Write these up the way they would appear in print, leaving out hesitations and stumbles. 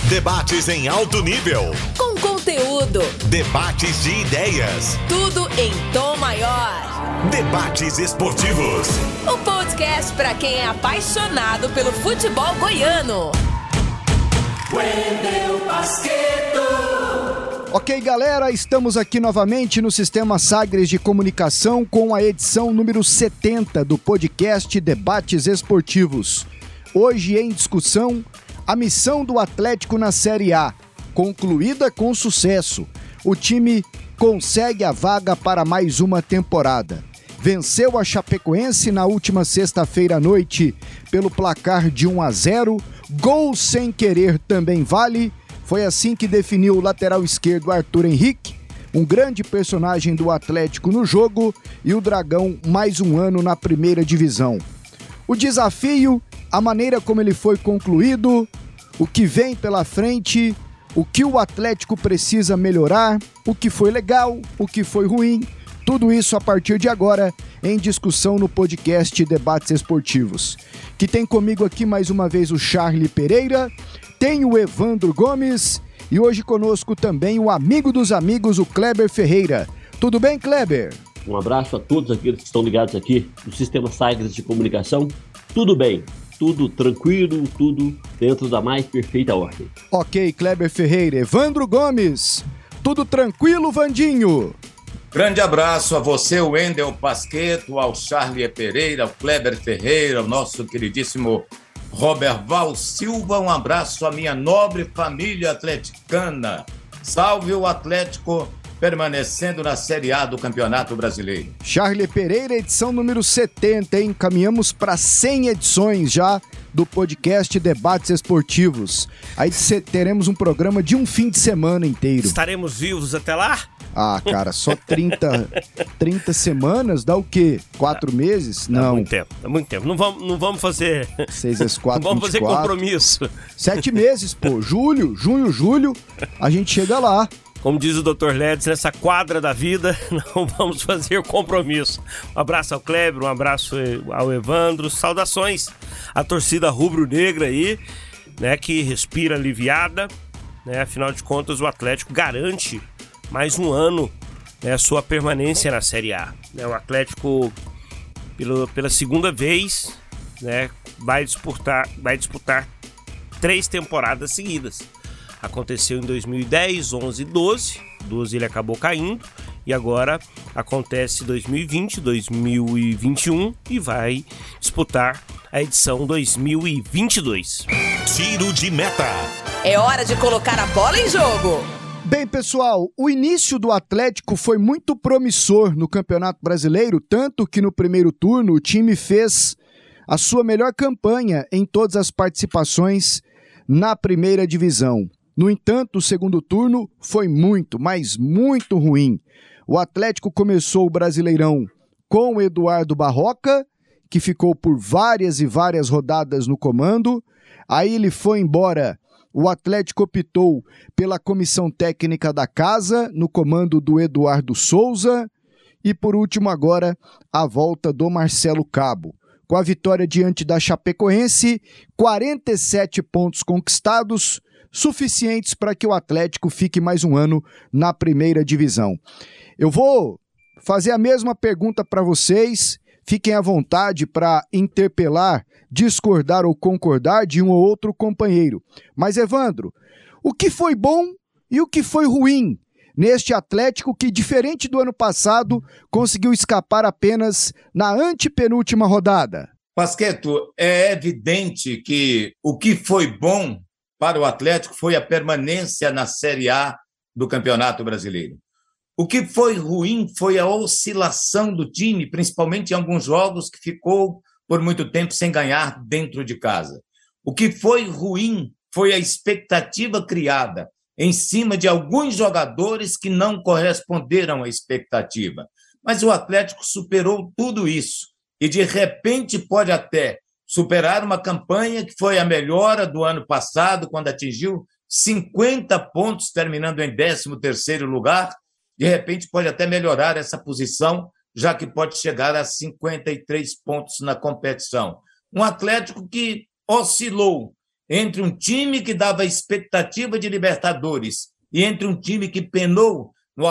Debates em alto nível. Com conteúdo. Debates de ideias. Tudo em tom maior. Debates esportivos. O podcast para quem é apaixonado pelo futebol goiano. Wendel Basqueto. Ok, galera, estamos aqui novamente no Sistema Sagres de Comunicação com a edição número 70 do podcast Debates Esportivos. Hoje em discussão, a missão do Atlético na Série A, concluída com sucesso. O time consegue a vaga para mais uma temporada. Venceu a Chapecoense na última sexta-feira à noite pelo placar de 1-0. Gol sem querer também vale. Foi assim que definiu o lateral esquerdo Arthur Henrique, um grande personagem do Atlético no jogo, e o Dragão mais um ano na primeira divisão. O desafio, a maneira como ele foi concluído, o que vem pela frente, o que o Atlético precisa melhorar, o que foi legal, o que foi ruim, tudo isso a partir de agora em discussão no podcast Debates Esportivos. Que tem comigo aqui mais uma vez o Charlie Pereira, tem o Evandro Gomes e hoje conosco também o amigo dos amigos, o Kleber Ferreira. Tudo bem, Kleber? Um abraço a todos aqueles que estão ligados aqui no Sistema Sagres de Comunicação. Tudo bem, tudo tranquilo, tudo dentro da mais perfeita ordem. Ok, Kleber Ferreira. Evandro Gomes, tudo tranquilo, Vandinho? Grande abraço a você, Wendel Basqueto, ao Charlie Pereira, ao Kleber Ferreira, ao nosso queridíssimo Roberval Silva. Um abraço à minha nobre família atleticana. Salve o Atlético, permanecendo na Série A do Campeonato Brasileiro. Charlie Pereira, edição número 70, hein? Caminhamos para 100 edições já do podcast Debates Esportivos. Aí teremos um programa de um fim de semana inteiro. Estaremos vivos até lá? Ah, cara, só 30 semanas dá o quê? 4 meses? Não. É muito tempo. Não vamos fazer... 6 vezes 4, não vamos 24. fazer compromisso. 7 meses, pô. Junho, julho, a gente chega lá. Como diz o Dr. Ledes, nessa quadra da vida, não vamos fazer compromisso. Um abraço ao Kleber, um abraço ao Evandro, saudações à torcida rubro-negra aí, né, que respira aliviada, né, afinal de contas o Atlético garante mais um ano, né, sua permanência na Série A. Né, o Atlético, pela segunda vez, né, vai disputar 3 temporadas seguidas. Aconteceu em 2010, 11 e 12. 12 ele acabou caindo. E agora acontece 2020, 2021 e vai disputar a edição 2022. Tiro de meta. É hora de colocar a bola em jogo. Bem, pessoal, o início do Atlético foi muito promissor no Campeonato Brasileiro, tanto que no primeiro turno o time fez a sua melhor campanha em todas as participações na primeira divisão. No entanto, o segundo turno foi muito, mas muito ruim. O Atlético começou o Brasileirão com o Eduardo Barroca, que ficou por várias e várias rodadas no comando. Aí ele foi embora. O Atlético optou pela comissão técnica da casa, no comando do Eduardo Souza. E por último agora, a volta do Marcelo Cabo. Com a vitória diante da Chapecoense, 47 pontos conquistados, suficientes para que o Atlético fique mais um ano na primeira divisão. Eu vou fazer a mesma pergunta para vocês, fiquem à vontade para interpelar, discordar ou concordar de um ou outro companheiro. Mas, Evandro, o que foi bom e o que foi ruim neste Atlético que, diferente do ano passado, conseguiu escapar apenas na antepenúltima rodada? Basqueto, é evidente que o que foi bom para o Atlético foi a permanência na Série A do Campeonato Brasileiro. O que foi ruim foi a oscilação do time, principalmente em alguns jogos que ficou por muito tempo sem ganhar dentro de casa. O que foi ruim foi a expectativa criada em cima de alguns jogadores que não corresponderam à expectativa. Mas o Atlético superou tudo isso e, de repente, pode até superar uma campanha que foi a melhor do ano passado, quando atingiu 50 pontos, terminando em 13º lugar. De repente, pode até melhorar essa posição, já que pode chegar a 53 pontos na competição. Um Atlético que oscilou entre um time que dava expectativa de Libertadores e entre um time que penou no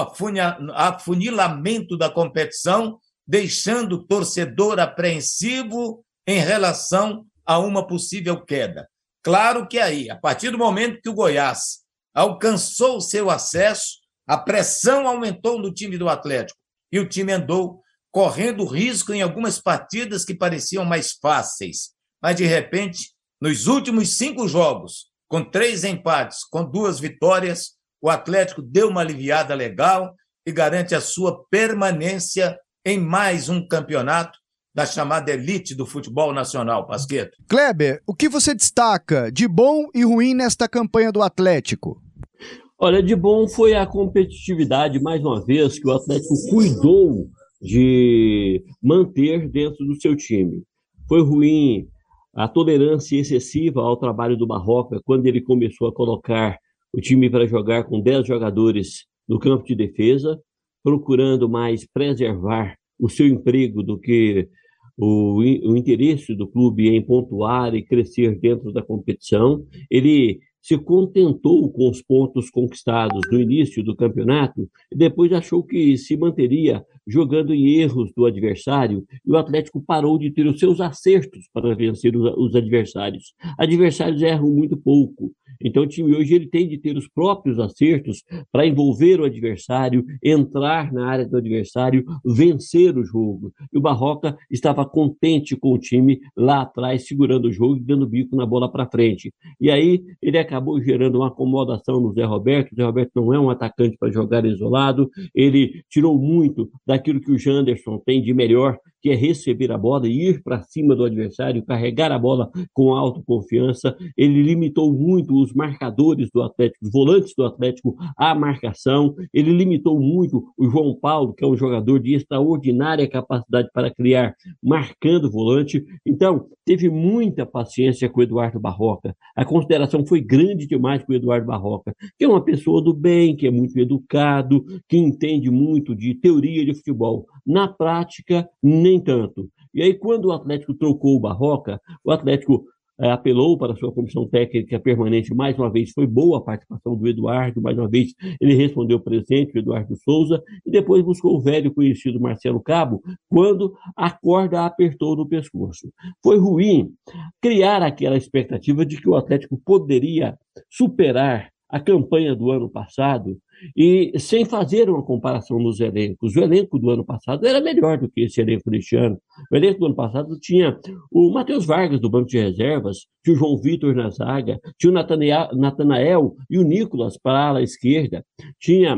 afunilamento da competição, deixando o torcedor apreensivo em relação a uma possível queda. Claro que aí, a partir do momento que o Goiás alcançou o seu acesso, a pressão aumentou no time do Atlético e o time andou correndo risco em algumas partidas que pareciam mais fáceis. Mas, de repente, nos últimos 5 jogos, com 3 empates, com 2 vitórias, o Atlético deu uma aliviada legal e garante a sua permanência em mais um campeonato da chamada elite do futebol nacional, Pasquetto. Kleber, o que você destaca de bom e ruim nesta campanha do Atlético? Olha, de bom foi a competitividade, mais uma vez, que o Atlético cuidou de manter dentro do seu time. Foi ruim a tolerância excessiva ao trabalho do Barroca, quando ele começou a colocar o time para jogar com 10 jogadores no campo de defesa, procurando mais preservar o seu emprego do que o interesse do clube em pontuar e crescer dentro da competição. Ele se contentou com os pontos conquistados no início do campeonato e depois achou que se manteria jogando em erros do adversário, e o Atlético parou de ter os seus acertos para vencer os adversários. Adversários erram muito pouco, então o time hoje ele tem de ter os próprios acertos para envolver o adversário, entrar na área do adversário, vencer o jogo. E o Barroca estava contente com o time lá atrás, segurando o jogo e dando bico na bola para frente. E aí ele acabou gerando uma acomodação no Zé Roberto. O Zé Roberto não é um atacante para jogar isolado, ele tirou muito daquilo que o Janderson tem de melhor, que é receber a bola e ir para cima do adversário, carregar a bola com autoconfiança. Ele limitou muito os marcadores do Atlético, os volantes do Atlético à marcação. Ele limitou muito o João Paulo, que é um jogador de extraordinária capacidade para criar, marcando o volante. Então, teve muita paciência com o Eduardo Barroca. A consideração foi grande demais com o Eduardo Barroca, que é uma pessoa do bem, que é muito educado, que entende muito de teoria de futebol. Na prática, nem tanto. E aí, quando o Atlético trocou o Barroca, o Atlético apelou para a sua comissão técnica permanente. Mais uma vez, foi boa a participação do Eduardo, mais uma vez ele respondeu presente, o Eduardo Souza, e depois buscou o velho conhecido Marcelo Cabo, quando a corda apertou no pescoço. Foi ruim criar aquela expectativa de que o Atlético poderia superar a campanha do ano passado, e sem fazer uma comparação nos elencos. O elenco do ano passado era melhor do que esse elenco deste ano. O elenco do ano passado tinha o Matheus Vargas do banco de reservas, tinha o João Vitor na zaga, tinha o Natanael e o Nicolas para a ala esquerda, tinha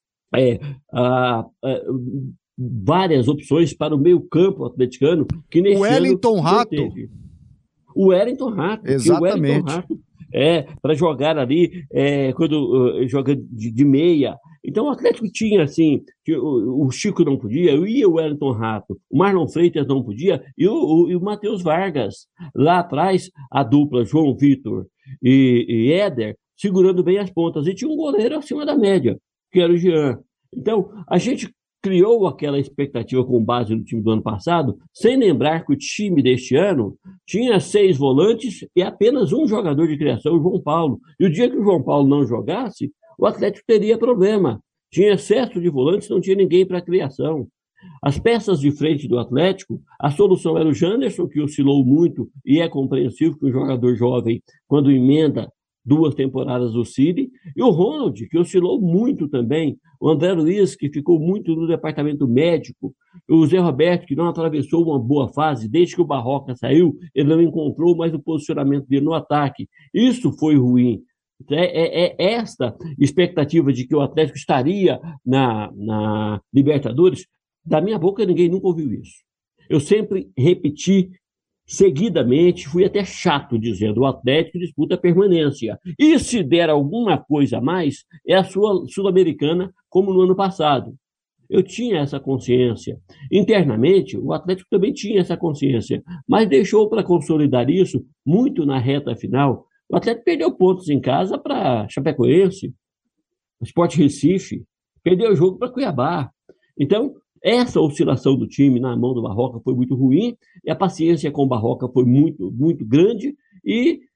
várias opções para o meio-campo atleticano, que nesse o Wellington Rato. O Wellington Rato. Exatamente. Para jogar ali, quando joga de meia. Então o Atlético tinha, assim, o Chico não podia, ia o Wellington Rato, o Marlon Freitas não podia, e o Matheus Vargas. Lá atrás, a dupla João Vitor e Éder, segurando bem as pontas. E tinha um goleiro acima da média, que era o Jean. Então, a gente criou aquela expectativa com base no time do ano passado, sem lembrar que o time deste ano tinha 6 volantes e apenas um jogador de criação, o João Paulo. E o dia que o João Paulo não jogasse, o Atlético teria problema. Tinha excesso de volantes, não tinha ninguém para criação. As peças de frente do Atlético, a solução era o Janderson, que oscilou muito, e é compreensível que um jogador jovem, quando emenda 2 temporadas do City, e o Ronald, que oscilou muito também, o André Luiz, que ficou muito no departamento médico, o Zé Roberto, que não atravessou uma boa fase, desde que o Barroca saiu, ele não encontrou mais o posicionamento dele no ataque. Isso foi ruim. Esta expectativa de que o Atlético estaria na Libertadores, da minha boca ninguém nunca ouviu isso. Eu sempre repeti seguidamente, fui até chato dizendo, o Atlético disputa a permanência. E se der alguma coisa a mais, é a sua Sul-Americana, como no ano passado. Eu tinha essa consciência. Internamente, o Atlético também tinha essa consciência, mas deixou para consolidar isso muito na reta final. O Atlético perdeu pontos em casa para Chapecoense, Sport Recife, perdeu o jogo para Cuiabá. Então, essa oscilação do time na mão do Barroca foi muito ruim, e a paciência com o Barroca foi muito, muito grande, e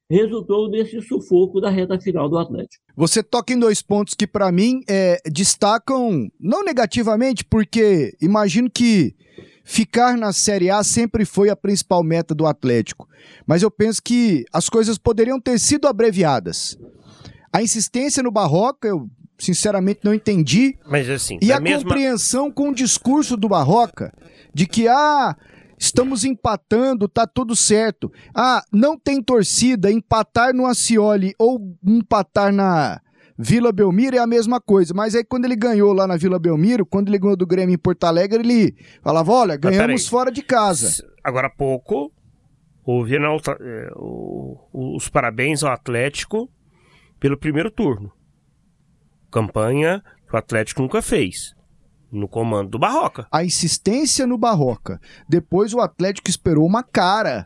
resultou nesse sufoco da reta final do Atlético. Você toca em 2 pontos que, para mim, destacam, não negativamente, porque imagino que ficar na Série A sempre foi a principal meta do Atlético. Mas eu penso que as coisas poderiam ter sido abreviadas. A insistência no Barroca, eu sinceramente não entendi. Mas assim, e a compreensão com o discurso do Barroca de que, estamos empatando, tá tudo certo. Não tem torcida, empatar no Ascioli ou empatar na Vila Belmiro é a mesma coisa. Mas aí quando ele ganhou lá na Vila Belmiro, quando ele ganhou do Grêmio em Porto Alegre, ele falava, olha, ganhamos fora de casa. Agora há pouco, houve os parabéns ao Atlético pelo primeiro turno. Campanha que o Atlético nunca fez. No comando do Barroca. A insistência no Barroca. Depois o Atlético esperou uma cara.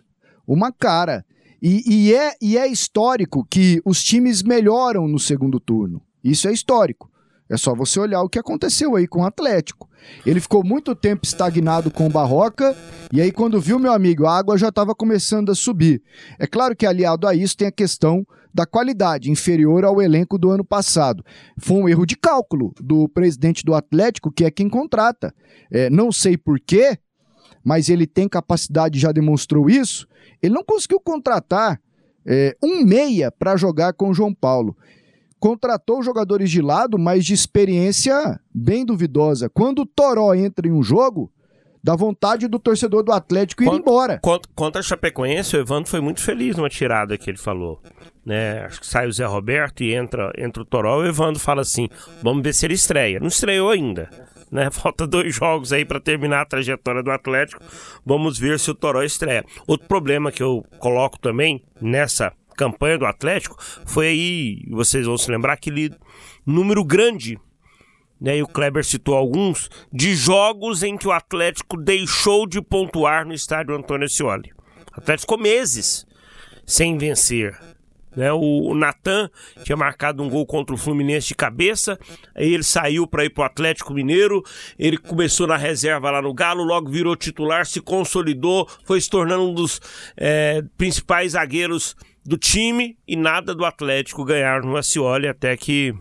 E é histórico que os times melhoram no segundo turno. Isso é histórico. É só você olhar o que aconteceu aí com o Atlético. Ele ficou muito tempo estagnado com o Barroca, e aí quando viu, meu amigo, a água já estava começando a subir. É claro que aliado a isso tem a questão da qualidade, inferior ao elenco do ano passado. Foi um erro de cálculo do presidente do Atlético, que é quem contrata. Não sei porquê, mas ele tem capacidade, já demonstrou isso. Ele não conseguiu contratar um meia para jogar com o João Paulo. Contratou jogadores de lado, mas de experiência bem duvidosa. Quando o Toró entra em um jogo, dá vontade do torcedor do Atlético ir embora. Contra a Chapecoense, o Evandro foi muito feliz numa tirada que ele falou. Né? Acho que sai o Zé Roberto e entra o Toró. O Evandro fala assim, vamos ver se ele estreia. Não estreou ainda. Né? Falta 2 jogos aí para terminar a trajetória do Atlético. Vamos ver se o Toró estreia. Outro problema que eu coloco também nessa campanha do Atlético foi aí, vocês vão se lembrar, aquele número grande, né, e o Kleber citou alguns, de jogos em que o Atlético deixou de pontuar no estádio Antônio Ascioli. O Atlético ficou meses sem vencer. Né, o Natan tinha marcado um gol contra o Fluminense de cabeça, aí ele saiu para ir para o Atlético Mineiro, ele começou na reserva lá no Galo, logo virou titular, se consolidou, foi se tornando um dos principais zagueiros do time, e nada do Atlético ganhar no Ascioli, até que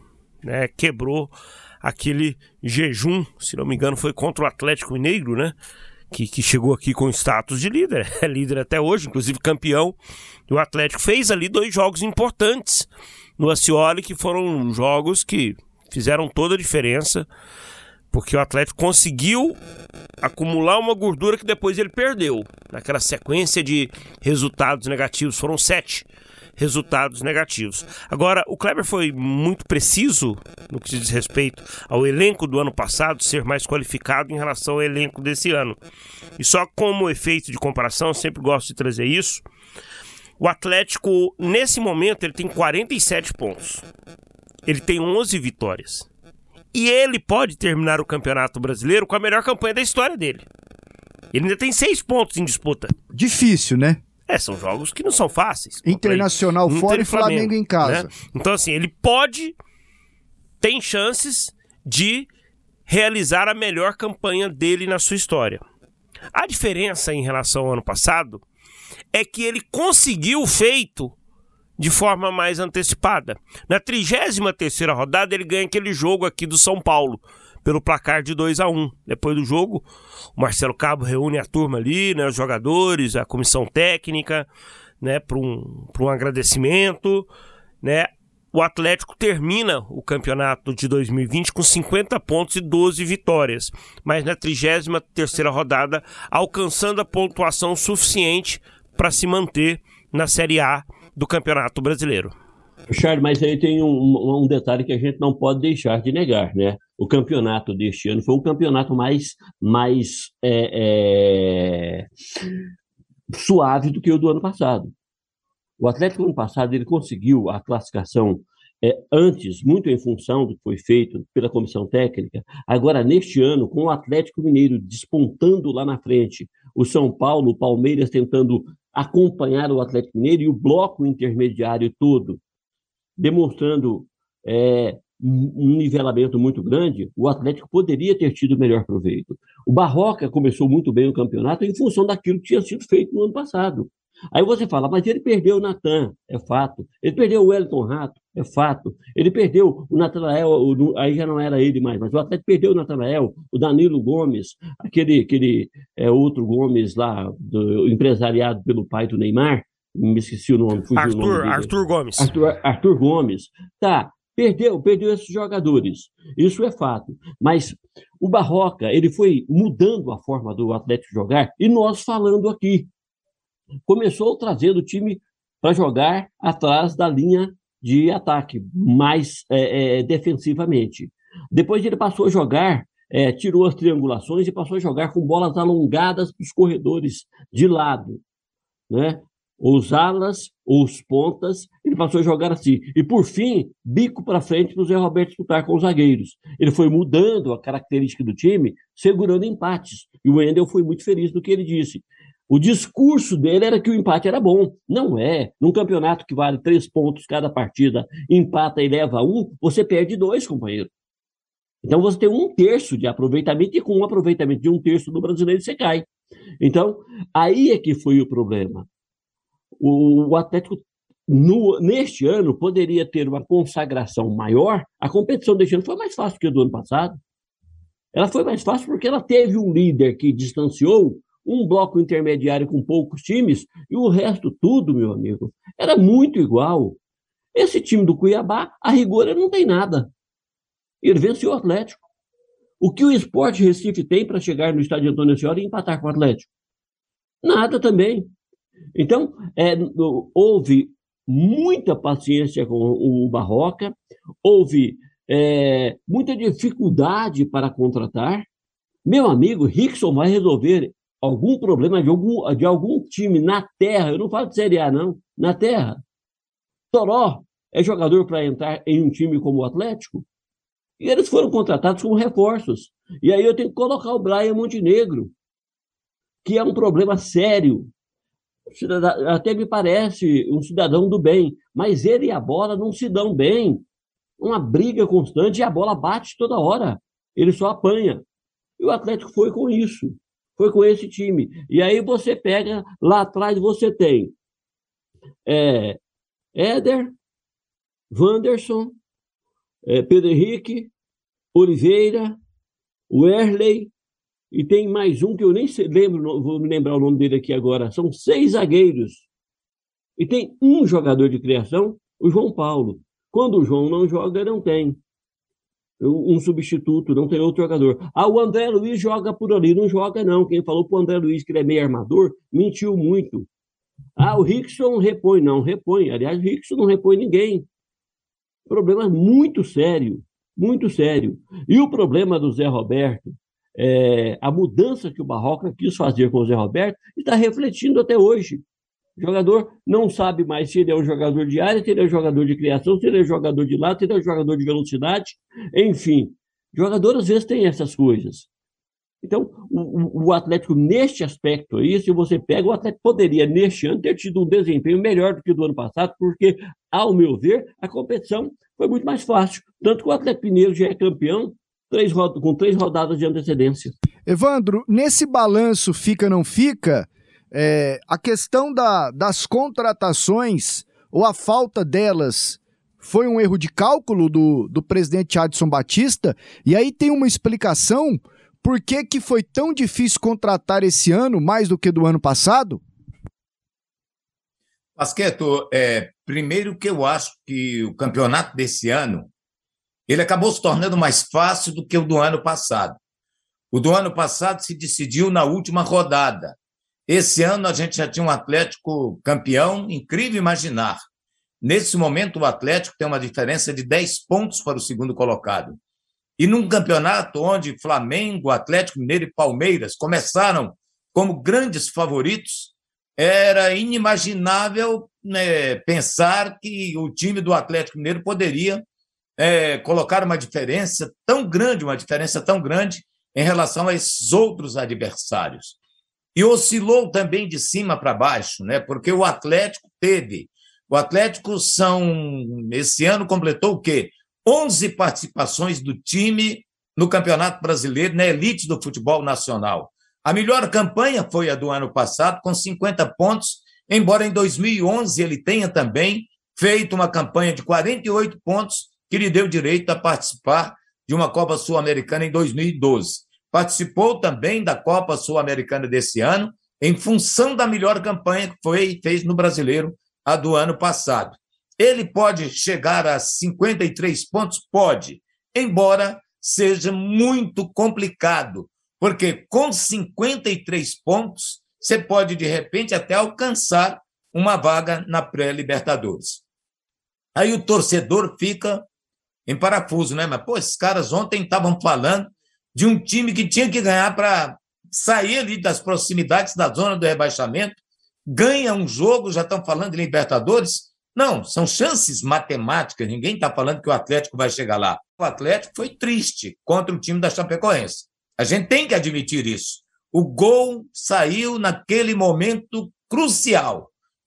quebrou aquele jejum, se não me engano foi contra o Atlético Mineiro, né? Que chegou aqui com status de líder, é líder até hoje, inclusive campeão. E o Atlético fez ali 2 jogos importantes no Ascioli, que foram jogos que fizeram toda a diferença, porque o Atlético conseguiu acumular uma gordura que depois ele perdeu. Naquela sequência de resultados negativos, foram 7 resultados negativos. Agora, o Kleber foi muito preciso no que diz respeito ao elenco do ano passado ser mais qualificado em relação ao elenco desse ano. E só como efeito de comparação, eu sempre gosto de trazer isso, o Atlético, nesse momento, ele tem 47 pontos. Ele tem 11 vitórias. E ele pode terminar o Campeonato Brasileiro com a melhor campanha da história dele. Ele ainda tem 6 pontos em disputa. Difícil, né? São jogos que não são fáceis. Internacional fora e Flamengo em casa. Né? Então, assim, ele tem chances de realizar a melhor campanha dele na sua história. A diferença em relação ao ano passado é que ele conseguiu o feito de forma mais antecipada. Na 33ª rodada, ele ganha aquele jogo aqui do São Paulo, pelo placar de 2-1. Depois do jogo, o Marcelo Cabo reúne a turma ali, né, os jogadores, a comissão técnica, né, para um agradecimento. Né. O Atlético termina o campeonato de 2020 com 50 pontos e 12 vitórias, mas na 33ª rodada, alcançando a pontuação suficiente para se manter na Série A do Campeonato Brasileiro. Charles, mas aí tem um detalhe que a gente não pode deixar de negar, né? O campeonato deste ano foi um campeonato mais suave do que o do ano passado. O Atlético, no ano passado, ele conseguiu a classificação antes, muito em função do que foi feito pela comissão técnica. Agora, neste ano, com o Atlético Mineiro despontando lá na frente, o São Paulo, o Palmeiras tentando acompanhar o Atlético Mineiro e o bloco intermediário todo demonstrando um nivelamento muito grande, o Atlético poderia ter tido melhor proveito. O Barroca começou muito bem o campeonato em função daquilo que tinha sido feito no ano passado. Aí você fala, mas ele perdeu o Natan, é fato. Ele perdeu o Wellington Rato, é fato. Ele perdeu o Natanael, aí já não era ele mais, mas o Atlético perdeu o Natanael, o Danilo Gomes, aquele outro Gomes lá, empresariado pelo pai do Neymar, me esqueci o nome. Arthur Gomes. Arthur Gomes. Tá, perdeu esses jogadores. Isso é fato. Mas o Barroca, ele foi mudando a forma do Atlético jogar, e nós falando aqui. Começou trazendo o time para jogar atrás da linha de ataque, mais defensivamente. Depois ele passou a jogar, tirou as triangulações e passou a jogar com bolas alongadas para os corredores de lado, né? Os alas, os pontas, ele passou a jogar assim. E, por fim, bico para frente para o Zé Roberto disputar com os zagueiros. Ele foi mudando a característica do time, segurando empates. E o Wendel foi muito feliz do que ele disse. O discurso dele era que o empate era bom. Não é. Num campeonato que vale 3 pontos cada partida, empata e leva 1, você perde 2, companheiro. Então você tem 1/3 de aproveitamento, e com um aproveitamento de 1/3 do brasileiro você cai. Então, aí é que foi o problema. O Atlético, neste ano, poderia ter uma consagração maior. A competição deste ano foi mais fácil que a do ano passado. Ela foi mais fácil porque ela teve um líder que distanciou, um bloco intermediário com poucos times, e o resto tudo, meu amigo, era muito igual. Esse time do Cuiabá, a rigor, ele não tem nada. Ele venceu o Atlético. O que o Sport Recife tem para chegar no estádio Antônio Ascioli e empatar com o Atlético? Nada também. Então, houve muita paciência com o Barroca, houve muita dificuldade para contratar. Meu amigo, Rickson vai resolver algum problema de algum time na terra, eu não falo de Série A, não, na terra. Toró é jogador para entrar em um time como o Atlético? E eles foram contratados como reforços. E aí eu tenho que colocar o Brian Montenegro, que é um problema sério. Até me parece um cidadão do bem, mas ele e a bola não se dão bem. Uma briga constante e a bola bate toda hora. Ele só apanha. E o Atlético foi com isso. Foi com esse time. E aí você pega, lá atrás você tem Éder, Wanderson, Pedro Henrique, Oliveira, Werley, e tem mais um que eu nem lembro, vou me lembrar o nome dele aqui agora. São 6 zagueiros. E tem um jogador de criação, o João Paulo. Quando o João não joga, não tem um substituto, não tem outro jogador. O André Luiz joga por ali. Não joga, não. Quem falou pro André Luiz que ele é meio armador, mentiu muito. O Rickson repõe. Não, repõe. Aliás, o Rickson não repõe ninguém. Problema muito sério. Muito sério. E o problema do Zé Roberto, a mudança que o Barroca quis fazer com o Zé Roberto, está refletindo até hoje. O jogador não sabe mais se ele é um jogador de área, se ele é um jogador de criação, se ele é um jogador de lado, se ele é um jogador de velocidade. Enfim, jogador às vezes tem essas coisas. Então, o Atlético, neste aspecto aí, se você pega, o Atlético poderia, neste ano, ter tido um desempenho melhor do que o do ano passado, porque, ao meu ver, a competição foi muito mais fácil. Tanto que o Atlético Mineiro já é campeão com 3 rodadas de antecedência. Evandro, nesse balanço fica, não fica, a questão das contratações, ou a falta delas, foi um erro de cálculo do presidente Adson Batista? E aí tem uma explicação por que foi tão difícil contratar esse ano, mais do que do ano passado? Pasquetto, primeiro que eu acho que o campeonato desse ano ele acabou se tornando mais fácil do que o do ano passado. O do ano passado se decidiu na última rodada. Esse ano a gente já tinha um Atlético campeão, incrível imaginar. Nesse momento o Atlético tem uma diferença de 10 pontos para o segundo colocado. E num campeonato onde Flamengo, Atlético Mineiro e Palmeiras começaram como grandes favoritos, era inimaginável, né, pensar que o time do Atlético Mineiro poderia colocar uma diferença tão grande em relação a esses outros adversários. E oscilou também de cima para baixo, né? Porque o Atlético esse ano completou o quê? 11 participações do time no Campeonato Brasileiro, na elite do futebol nacional. A melhor campanha foi a do ano passado, com 50 pontos embora em 2011 ele tenha também feito uma campanha de 48 pontos que lhe deu direito a participar de uma Copa Sul-Americana em 2012. Participou também da Copa Sul-Americana desse ano, em função da melhor campanha que fez no Brasileiro, a do ano passado. Ele pode chegar a 53 pontos? Pode, embora seja muito complicado, porque com 53 pontos, você pode, de repente, até alcançar uma vaga na pré-Libertadores. Aí o torcedor fica em parafuso, né? Mas, esses caras ontem estavam falando de um time que tinha que ganhar para sair ali das proximidades da zona do rebaixamento, ganha um jogo, já estão falando de Libertadores. Não, são chances matemáticas, ninguém está falando que o Atlético vai chegar lá. O Atlético foi triste contra o time da Chapecoense. A gente tem que admitir isso. O gol saiu naquele momento crucial.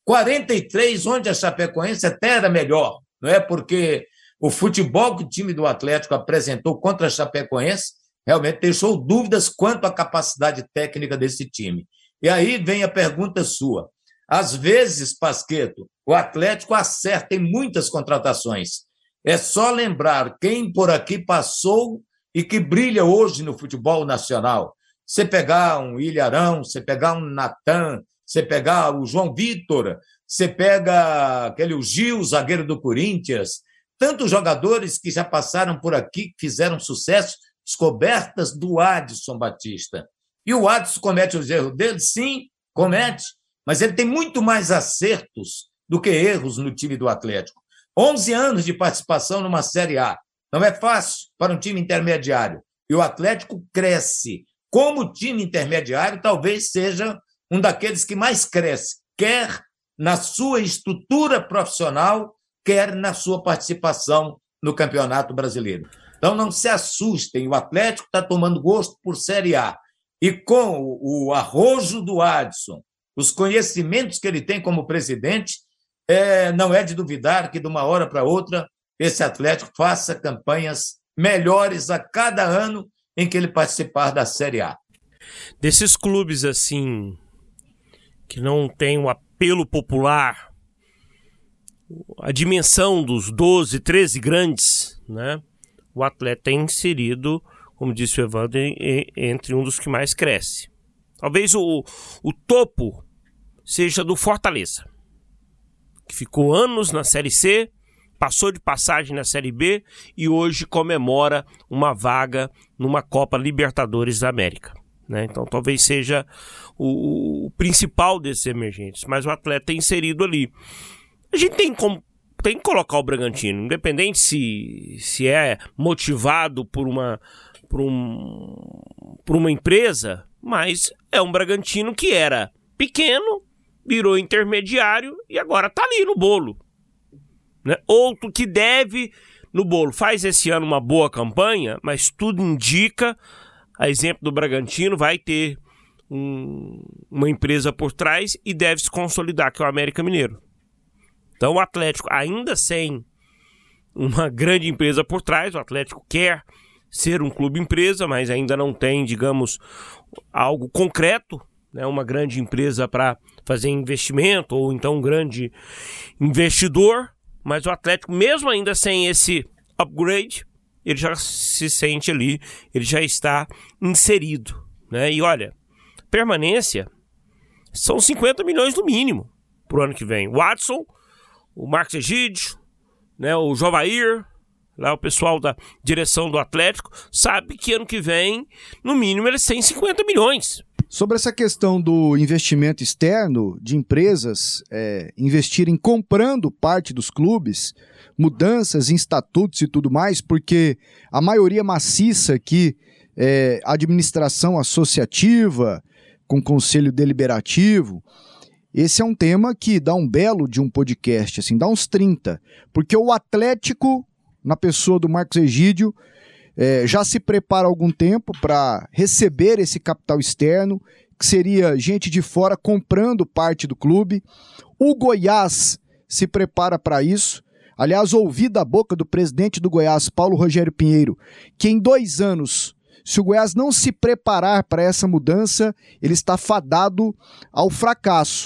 43, onde a Chapecoense até era melhor, não é? Porque o futebol que o time do Atlético apresentou contra a Chapecoense realmente deixou dúvidas quanto à capacidade técnica desse time. E aí vem a pergunta sua. Às vezes, Pasquetto, o Atlético acerta em muitas contratações. É só lembrar quem por aqui passou e que brilha hoje no futebol nacional. Você pegar um Ilharão, você pegar um Natan, você pegar o João Vitor, você pega aquele Gil, zagueiro do Corinthians, tantos jogadores que já passaram por aqui, que fizeram sucesso, descobertas do Adson Batista. E o Adson comete os erros dele? Sim, comete, mas ele tem muito mais acertos do que erros no time do Atlético. 11 anos de participação numa Série A. Não é fácil para um time intermediário. E o Atlético cresce. Como time intermediário, talvez seja um daqueles que mais cresce, quer na sua estrutura profissional, quer na sua participação no Campeonato Brasileiro. Então, não se assustem, o Atlético está tomando gosto por Série A. E com o arrojo do Adson, os conhecimentos que ele tem como presidente, não é de duvidar que, de uma hora para outra, esse Atlético faça campanhas melhores a cada ano em que ele participar da Série A. Desses clubes, assim, que não tem um apelo popular, a dimensão dos 12, 13 grandes, né? O Atlético é inserido, como disse o Evandro, entre um dos que mais cresce. Talvez o topo seja do Fortaleza, que ficou anos na Série C, passou de passagem na Série B e hoje comemora uma vaga numa Copa Libertadores da América, né? Então talvez seja o principal desses emergentes, mas o Atlético é inserido ali. A gente tem que colocar o Bragantino, independente se é motivado por uma empresa, mas é um Bragantino que era pequeno, virou intermediário e agora está ali no bolo, né? Outro que deve no bolo, faz esse ano uma boa campanha, mas tudo indica, a exemplo do Bragantino, vai ter uma empresa por trás e deve se consolidar, que é o América Mineiro. Então o Atlético, ainda sem uma grande empresa por trás, o Atlético quer ser um clube empresa, mas ainda não tem, digamos, algo concreto, né? Uma grande empresa para fazer investimento ou então um grande investidor, mas o Atlético, mesmo ainda sem esse upgrade, ele já se sente ali, ele já está inserido, né? E olha, permanência são 50 milhões no mínimo para o ano que vem. O Adson, o Marcos Egídio, né, o Jovair, lá o pessoal da direção do Atlético, sabe que ano que vem, no mínimo, eles têm 50 milhões. Sobre essa questão do investimento externo de empresas investirem comprando parte dos clubes, mudanças em estatutos e tudo mais, porque a maioria maciça aqui é administração associativa, com conselho deliberativo. Esse é um tema que dá um belo de um podcast, assim, dá uns 30, porque o Atlético, na pessoa do Marcos Egídio, já se prepara há algum tempo para receber esse capital externo, que seria gente de fora comprando parte do clube. O Goiás se prepara para isso. Aliás, ouvi da boca do presidente do Goiás, Paulo Rogério Pinheiro, que em 2 anos, se o Goiás não se preparar para essa mudança, ele está fadado ao fracasso.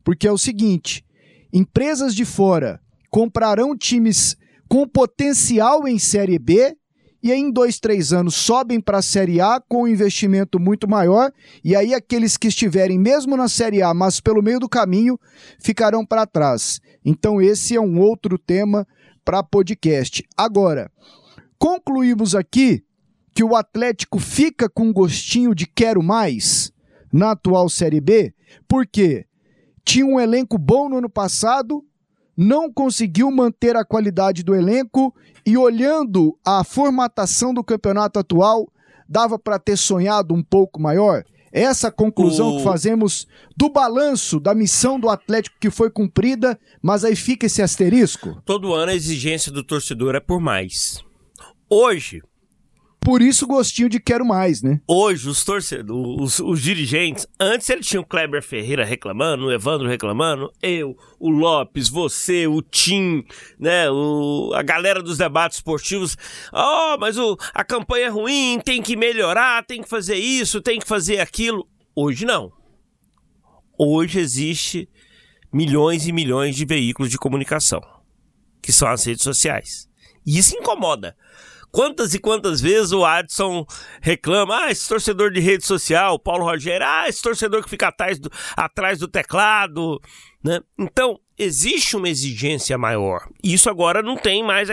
porque é o seguinte, empresas de fora comprarão times com potencial em Série B e aí em 2, 3 anos sobem para a Série A com um investimento muito maior e aí aqueles que estiverem mesmo na Série A, mas pelo meio do caminho, ficarão para trás. Então esse é um outro tema para podcast. Agora, concluímos aqui que o Atlético fica com gostinho de quero mais na atual Série B, porque tinha um elenco bom no ano passado, não conseguiu manter a qualidade do elenco e olhando a formatação do campeonato atual, dava para ter sonhado um pouco maior? Essa conclusão que fazemos do balanço da missão do Atlético que foi cumprida, mas aí fica esse asterisco? Todo ano a exigência do torcedor é por mais. Hoje... Por isso o gostinho de quero mais, né? Hoje, os torcedores, os dirigentes, antes ele tinha o Kleber Ferreira reclamando, o Evandro reclamando, eu, o Lopes, você, o Tim, né, a galera dos debates esportivos. Mas a campanha é ruim, tem que melhorar, tem que fazer isso, tem que fazer aquilo. Hoje não. Hoje existe milhões e milhões de veículos de comunicação, que são as redes sociais. E isso incomoda. Quantas e quantas vezes o Adson reclama, esse torcedor de rede social, o Paulo Rogério, esse torcedor que fica atrás do teclado, né? Então, existe uma exigência maior. E isso agora não tem mais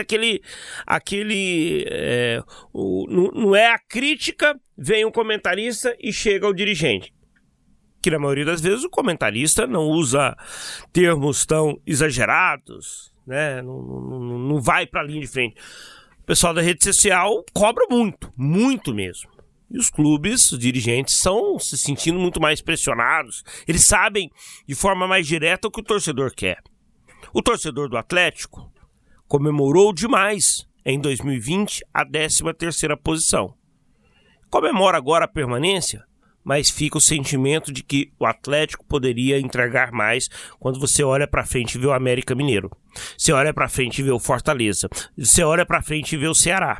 não é a crítica, vem um comentarista e chega ao dirigente. Que na maioria das vezes o comentarista não usa termos tão exagerados, né? Não vai para a linha de frente. O pessoal da rede social cobra muito, muito mesmo. E os clubes, os dirigentes, estão se sentindo muito mais pressionados. Eles sabem de forma mais direta o que o torcedor quer. O torcedor do Atlético comemorou demais em 2020 a 13ª posição. Comemora agora a permanência, mas fica o sentimento de que o Atlético poderia entregar mais quando você olha para frente e vê o América Mineiro. Você olha para frente e vê o Fortaleza. Você olha para frente e vê o Ceará.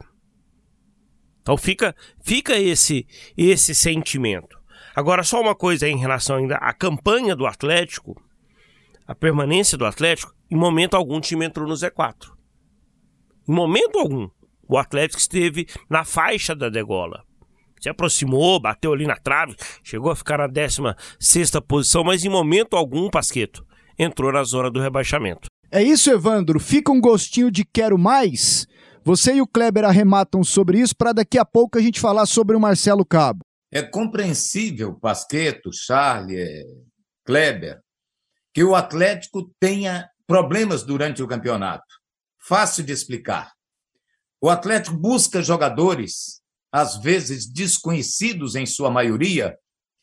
Então fica esse sentimento. Agora, só uma coisa em relação ainda à campanha do Atlético, a permanência do Atlético, em momento algum o time entrou no Z4. Em momento algum, o Atlético esteve na faixa da degola. Se aproximou, bateu ali na trave, chegou a ficar na 16ª posição, mas em momento algum, Pasquetto, entrou na zona do rebaixamento. É isso, Evandro. Fica um gostinho de quero mais? Você e o Kleber arrematam sobre isso para daqui a pouco a gente falar sobre o Marcelo Cabo. É compreensível, Pasquetto, Charlie, Kleber, que o Atlético tenha problemas durante o campeonato. Fácil de explicar. O Atlético busca jogadores, às vezes desconhecidos em sua maioria,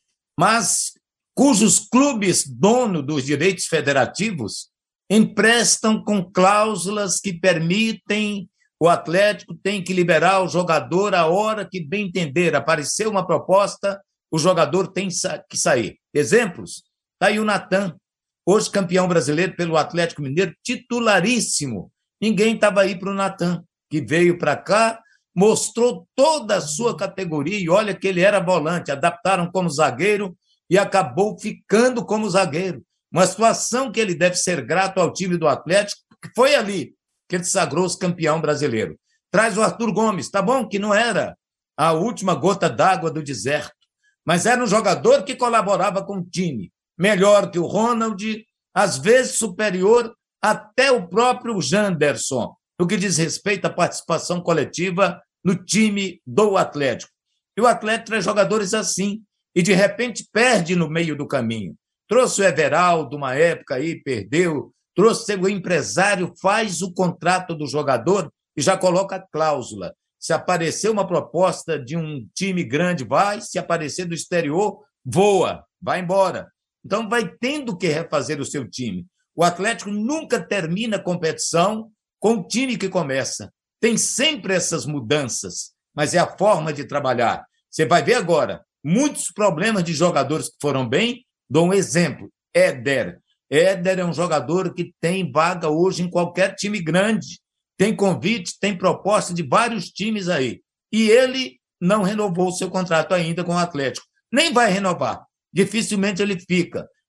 mas cujos clubes dono dos direitos federativos emprestam com cláusulas que permitem o Atlético tem que liberar o jogador a hora que bem entender. Apareceu uma proposta, o jogador tem que sair. Exemplos? Está aí o Natan, hoje campeão brasileiro pelo Atlético Mineiro, titularíssimo. Ninguém estava aí para o Natan, que veio para cá, mostrou toda a sua categoria e olha que ele era volante, adaptaram como zagueiro e acabou ficando como zagueiro. Uma situação que ele deve ser grato ao time do Atlético, que foi ali que ele sagrou-se campeão brasileiro. Traz o Arthur Gomes, tá bom que não era a última gota d'água do deserto, mas era um jogador que colaborava com o time, melhor que o Ronald, às vezes superior até o próprio Janderson, no que diz respeito à participação coletiva no time do Atlético. E o Atlético traz jogadores assim, e de repente perde no meio do caminho. Trouxe o Everaldo, uma época aí, perdeu, trouxe o empresário, faz o contrato do jogador e já coloca a cláusula. Se aparecer uma proposta de um time grande, vai, se aparecer do exterior, voa, vai embora. Então vai tendo que refazer o seu time. O Atlético nunca termina a competição com o time que começa. Tem sempre essas mudanças, mas é a forma de trabalhar. Você vai ver agora, muitos problemas de jogadores que foram bem. Dou um exemplo, Éder. Éder é um jogador que tem vaga hoje em qualquer time grande. Tem convite, tem proposta de vários times aí. E ele não renovou o seu contrato ainda com o Atlético. Nem vai renovar. Dificilmente ele fica.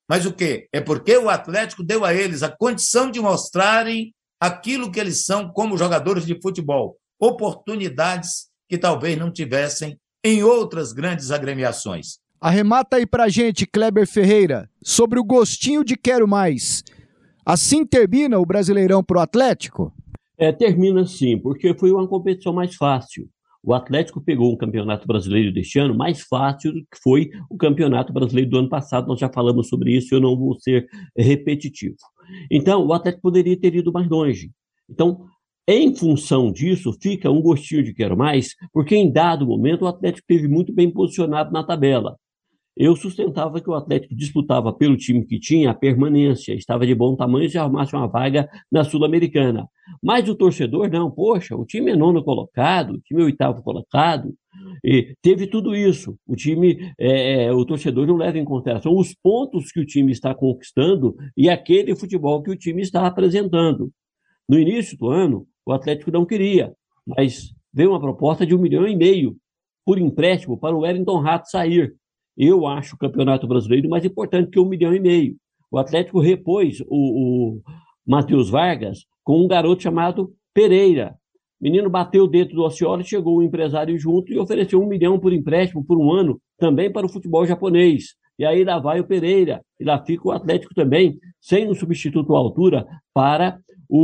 Mas o quê? É porque o Atlético deu a eles a condição de mostrarem aquilo que eles são como jogadores de futebol, oportunidades que talvez não tivessem em outras grandes agremiações. Arremata aí pra gente, Kleber Ferreira, sobre o gostinho de quero mais. Assim termina o Brasileirão pro Atlético? Termina sim, porque foi uma competição mais fácil. O Atlético pegou um campeonato brasileiro deste ano mais fácil do que foi o campeonato brasileiro do ano passado. Nós já falamos sobre isso, eu não vou ser repetitivo. Então, o Atlético poderia ter ido mais longe. Então, em função disso, fica um gostinho de quero mais, porque em dado momento o Atlético esteve muito bem posicionado na tabela. Eu sustentava que o Atlético disputava pelo time que tinha a permanência, estava de bom tamanho se arrumasse uma vaga na Sul-Americana. Mas o torcedor, não, poxa, o time é 9º colocado, o time é 8º colocado, e teve tudo isso. O time, o torcedor não leva em consideração os pontos que o time está conquistando e aquele futebol que o time está apresentando. No início do ano, o Atlético não queria, mas veio uma proposta de 1,5 milhão por empréstimo para o Wellington Rato sair. Eu acho o Campeonato Brasileiro mais importante que 1,5 milhão. O Atlético repôs o Matheus Vargas com um garoto chamado Pereira. O menino bateu dentro do Osceola, chegou o empresário junto e ofereceu 1 milhão por empréstimo por um ano, também para o futebol japonês. E aí lá vai o Pereira, e lá fica o Atlético também, sem um substituto à altura para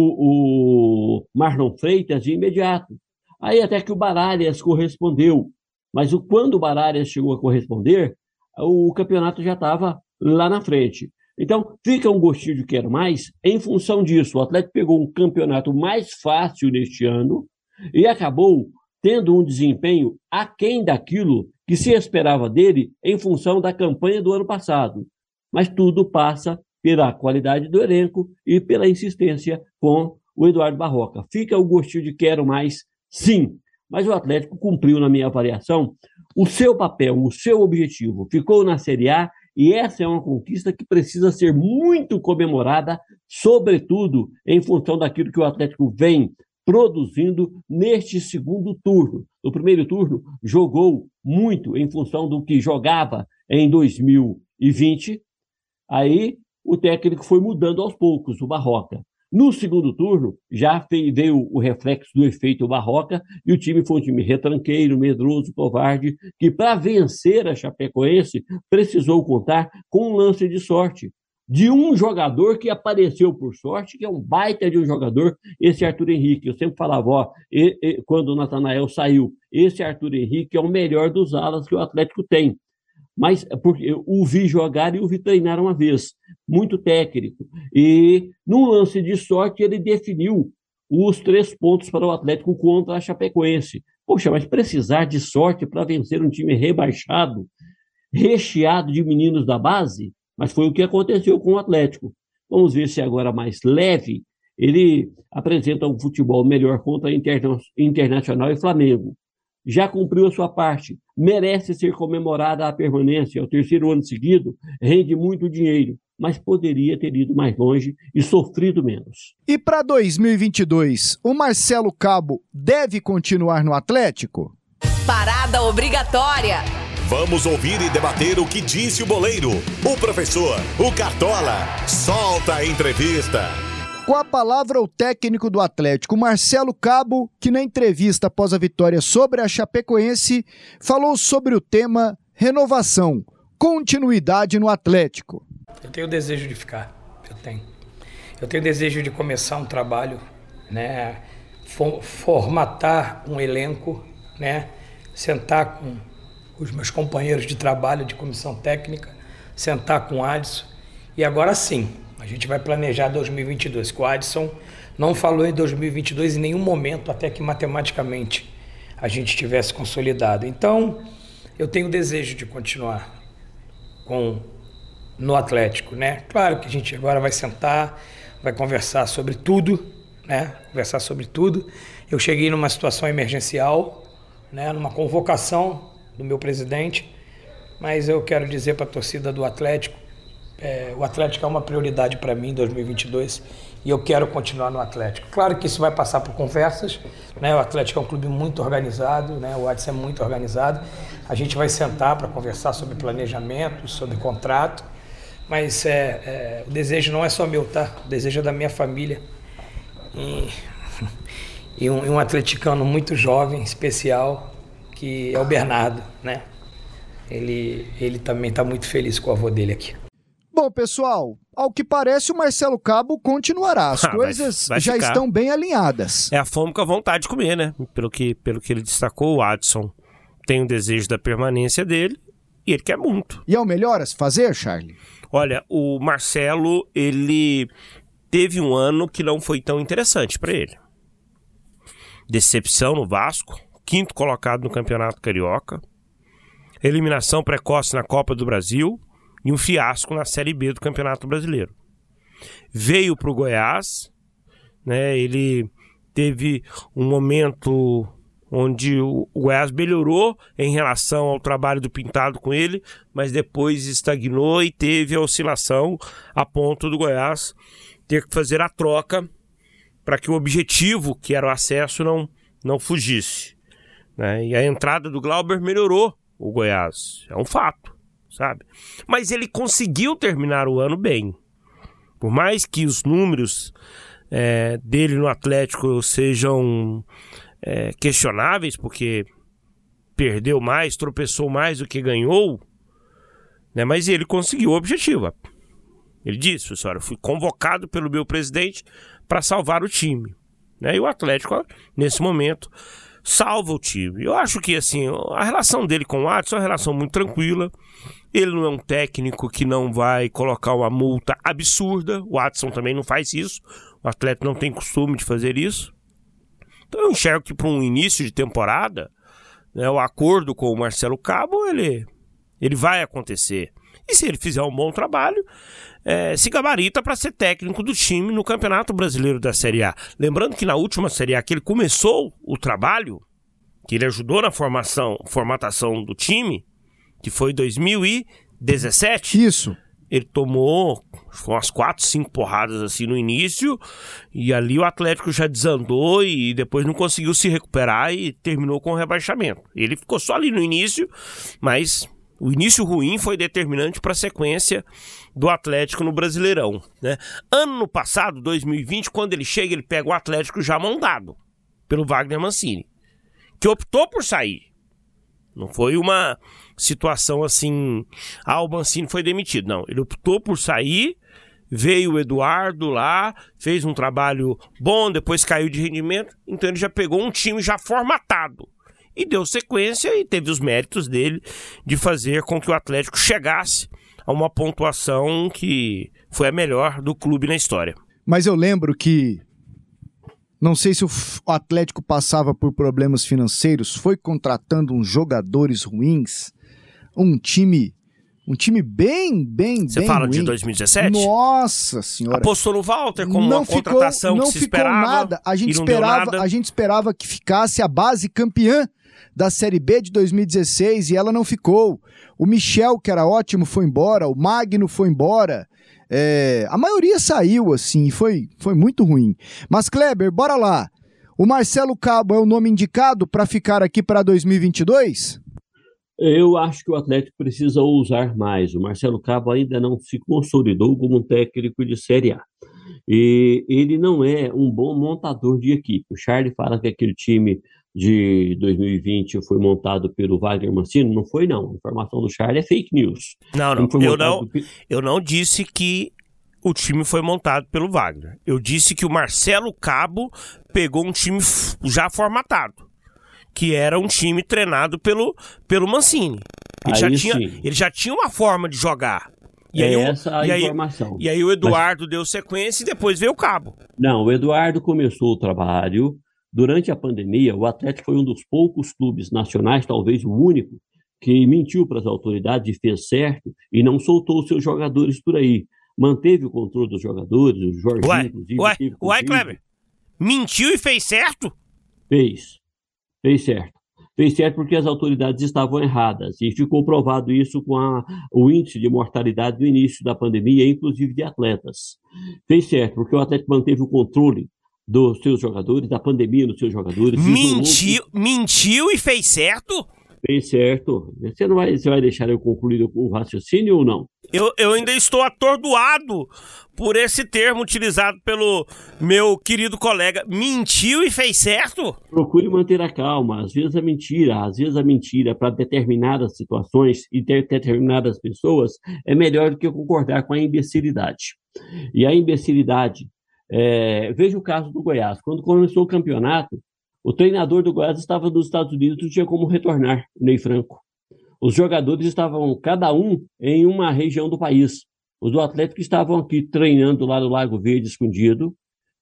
o Marlon Freitas de imediato. Aí até que o Baralhas correspondeu. Mas quando o Baralhas chegou a corresponder, o campeonato já estava lá na frente. Então, fica um gostinho de quero mais em função disso. O Atlético pegou um campeonato mais fácil neste ano e acabou tendo um desempenho aquém daquilo que se esperava dele em função da campanha do ano passado. Mas tudo passa pela qualidade do elenco e pela insistência com o Eduardo Barroca. Fica o gostinho de quero mais, sim. Mas o Atlético cumpriu, na minha avaliação, o seu papel, o seu objetivo. Ficou na Série A e essa é uma conquista que precisa ser muito comemorada, sobretudo em função daquilo que o Atlético vem produzindo neste segundo turno. No primeiro turno, jogou muito em função do que jogava em 2020. Aí o técnico foi mudando aos poucos, o Barroca. No segundo turno, já veio o reflexo do efeito Barroca e o time foi um time retranqueiro, medroso, covarde, que para vencer a Chapecoense precisou contar com um lance de sorte de um jogador que apareceu por sorte, que é um baita de um jogador, esse Arthur Henrique. Eu sempre falava, quando o Natanael saiu, esse Arthur Henrique é o melhor dos alas que o Atlético tem. Mas porque eu o vi jogar e o vi treinar uma vez, muito técnico. E num lance de sorte ele definiu os 3 pontos para o Atlético contra a Chapecoense. Poxa, mas precisar de sorte para vencer um time rebaixado, recheado de meninos da base? Mas foi o que aconteceu com o Atlético. Vamos ver se agora mais leve ele apresenta um futebol melhor contra Internacional e Flamengo. Já cumpriu a sua parte, merece ser comemorada a permanência, é o 3º ano seguido, rende muito dinheiro, mas poderia ter ido mais longe e sofrido menos. E para 2022, o Marcelo Cabo deve continuar no Atlético? Parada obrigatória. Vamos ouvir e debater o que disse o boleiro, o professor, o Cartola. Solta a entrevista. Com a palavra o técnico do Atlético, Marcelo Cabo, que na entrevista após a vitória sobre a Chapecoense, falou sobre o tema renovação, continuidade no Atlético. Eu tenho o desejo de ficar, eu tenho o desejo de começar um trabalho, né, formatar um elenco, né, sentar com os meus companheiros de trabalho de comissão técnica, sentar com o Adson e agora sim, a gente vai planejar 2022, que o Adson não falou em 2022 em nenhum momento, até que matematicamente a gente tivesse consolidado. Então, eu tenho o desejo de continuar no Atlético, né? Claro que a gente agora vai sentar, vai conversar sobre tudo, né? Conversar sobre tudo. Eu cheguei numa situação emergencial, né? Numa convocação do meu presidente, mas eu quero dizer para a torcida do Atlético, o Atlético é uma prioridade para mim em 2022 e eu quero continuar no Atlético. Claro que isso vai passar por conversas, né? O Atlético é um clube muito organizado, né? O Adson é muito organizado. A gente vai sentar para conversar sobre planejamento, sobre contrato, Mas o desejo não é só meu, tá? O desejo é da minha família. E um atleticano muito jovem, especial, que é o Bernardo, né? Ele também está muito feliz com o avô dele aqui. Bom, pessoal, ao que parece o Marcelo Cabo continuará. As coisas vai já ficar. Estão bem alinhadas. É a fome com a vontade de comer, né? Pelo que ele destacou, o Adson tem o desejo da permanência dele e ele quer muito. E é o melhor a se fazer, Charlie? Olha, o Marcelo, ele teve um ano que não foi tão interessante para ele. Decepção no Vasco, 5º colocado no Campeonato Carioca, eliminação precoce na Copa do Brasil e um fiasco na Série B do Campeonato Brasileiro. Veio para o Goiás, né? Ele teve um momento onde o Goiás melhorou em relação ao trabalho do Pintado com ele, mas depois estagnou e teve a oscilação a ponto do Goiás ter que fazer a troca para que o objetivo, que era o acesso, não fugisse, né? E a entrada do Glauber melhorou o Goiás, é um fato, sabe? Mas ele conseguiu terminar o ano bem. Por mais que os números dele no Atlético sejam questionáveis, porque perdeu mais, tropeçou mais do que ganhou, né? Mas ele conseguiu o objetivo. Ele disse, pessoal, eu fui convocado pelo meu presidente para salvar o time, né? E o Atlético, nesse momento, salva o time. Eu acho que assim, a relação dele com o Adson é uma relação muito tranquila. Ele não é um técnico que não vai colocar uma multa absurda. O Adson também não faz isso. O Atlético não tem costume de fazer isso. Então eu enxergo que para um início de temporada, né, o acordo com o Marcelo Cabo, ele vai acontecer. E se ele fizer um bom trabalho, se gabarita para ser técnico do time no Campeonato Brasileiro da Série A. Lembrando que na última Série A que ele começou o trabalho, que ele ajudou na formatação do time, que foi 2017. Isso. Ele tomou umas 4, 5 porradas assim no início, e ali o Atlético já desandou e depois não conseguiu se recuperar e terminou com o rebaixamento. Ele ficou só ali no início, mas o início ruim foi determinante para a sequência do Atlético no Brasileirão, né? Ano passado, 2020, quando ele chega, ele pega o Atlético já montado pelo Wagner Mancini, que optou por sair. Não foi uma situação assim, o Mancini foi demitido. Não, ele optou por sair, veio o Eduardo lá, fez um trabalho bom, depois caiu de rendimento, então ele já pegou um time já formatado. E deu sequência e teve os méritos dele de fazer com que o Atlético chegasse a uma pontuação que foi a melhor do clube na história. Mas eu lembro que, não sei se o Atlético passava por problemas financeiros, foi contratando uns jogadores ruins, um time bem Você fala ruim. de 2017? Nossa senhora. Apostou no Walter como uma contratação que se esperava. Não ficou nada. A gente esperava que ficasse a base campeã da Série B de 2016 e ela não ficou. O Michel, que era ótimo, foi embora. O Magno foi embora. A maioria saiu, assim, e foi muito ruim. Mas, Kleber, bora lá. O Marcelo Cabo é o nome indicado para ficar aqui para 2022? Eu acho que o Atlético precisa ousar mais. O Marcelo Cabo ainda não se consolidou como um técnico de Série A. E ele não é um bom montador de equipe. O Charlie fala que aquele time de 2020 foi montado pelo Wagner Mancini. Não foi, não. A informação do Charlie é fake news. Eu não disse que o time foi montado pelo Wagner. Eu disse que o Marcelo Cabo pegou um time já formatado, que era um time treinado pelo Mancini. Ele já tinha uma forma de jogar. Informação. E aí o Eduardo deu sequência e depois veio o Cabo. Não, o Eduardo começou o trabalho. Durante a pandemia, o Atlético foi um dos poucos clubes nacionais, talvez o único, que mentiu para as autoridades e fez certo e não soltou os seus jogadores por aí. Manteve o controle dos jogadores, o Jorginho, inclusive. Ué, Kleber, mentiu e fez certo? Fez certo. Fez certo porque as autoridades estavam erradas e ficou provado isso com o índice de mortalidade do início da pandemia, inclusive de atletas. Fez certo porque o Atlético manteve o controle dos seus jogadores, da pandemia nos seus jogadores. Mentiu e fez certo? Fez certo. Você vai deixar eu concluir o raciocínio ou não? Eu ainda estou atordoado por esse termo utilizado pelo meu querido colega. Mentiu e fez certo? Procure manter a calma. Às vezes a mentira para determinadas situações e determinadas pessoas é melhor do que concordar com a imbecilidade. E a imbecilidade, veja o caso do Goiás. Quando começou o campeonato, o treinador do Goiás estava nos Estados Unidos, não tinha como retornar, Ney Franco. Os jogadores estavam, cada um, em uma região do país. Os do Atlético estavam aqui treinando lá no Lago Verde, escondido,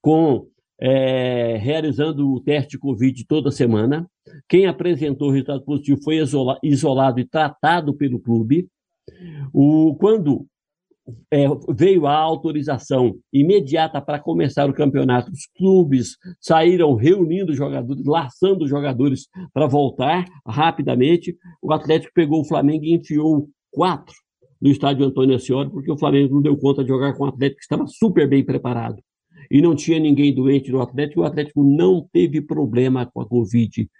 realizando o teste de Covid toda semana. Quem apresentou o resultado positivo foi isolado e tratado pelo clube. Quando veio a autorização imediata para começar o campeonato, os clubes saíram reunindo jogadores, laçando os jogadores para voltar rapidamente. O Atlético pegou o Flamengo e enfiou 4 no estádio Antônio Ascioli, porque o Flamengo não deu conta de jogar com o Atlético, que estava super bem preparado. E não tinha ninguém doente no Atlético, e o Atlético não teve problema com a Covid,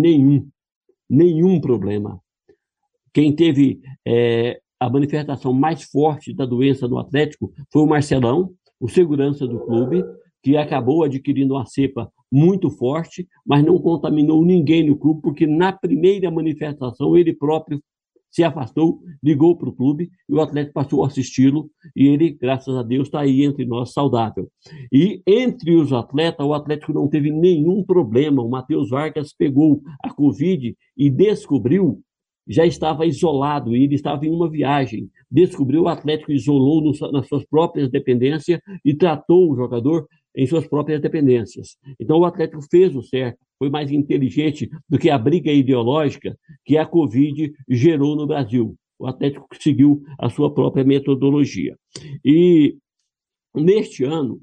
nenhum problema. Quem teve a manifestação mais forte da doença no Atlético foi o Marcelão, o segurança do clube, que acabou adquirindo uma cepa muito forte, mas não contaminou ninguém no clube, porque na primeira manifestação ele próprio se afastou, ligou para o clube, e o Atlético passou a assisti-lo, e ele, graças a Deus, está aí entre nós saudável. E entre os atletas, o Atlético não teve nenhum problema. O Matheus Vargas pegou a Covid e descobriu, já estava isolado, e ele estava em uma viagem. Descobriu, o Atlético isolou nas suas próprias dependências e tratou o jogador em suas próprias dependências. Então o Atlético fez o certo, foi mais inteligente do que a briga ideológica que a Covid gerou no Brasil. O Atlético seguiu a sua própria metodologia. E neste ano,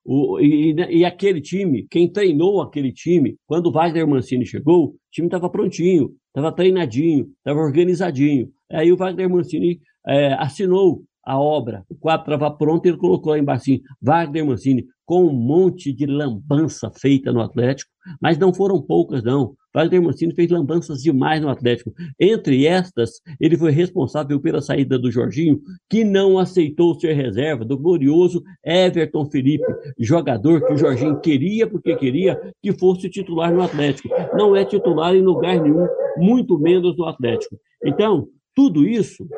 aquele time, quem treinou aquele time, quando o Wagner Mancini chegou, o time estava prontinho, estava treinadinho, estava organizadinho. Aí o Wagner Mancini assinou a obra, o quadro estava pronto e ele colocou lá embaixo assim, Wagner Mancini, com um monte de lambança feita no Atlético, mas não foram poucas, não. Wagner Mancini fez lambanças demais no Atlético. Entre estas, ele foi responsável pela saída do Jorginho, que não aceitou ser reserva do glorioso Everton Felipe, jogador que o Jorginho queria, porque queria que fosse titular no Atlético. Não é titular em lugar nenhum, muito menos no Atlético. Então, tudo isso,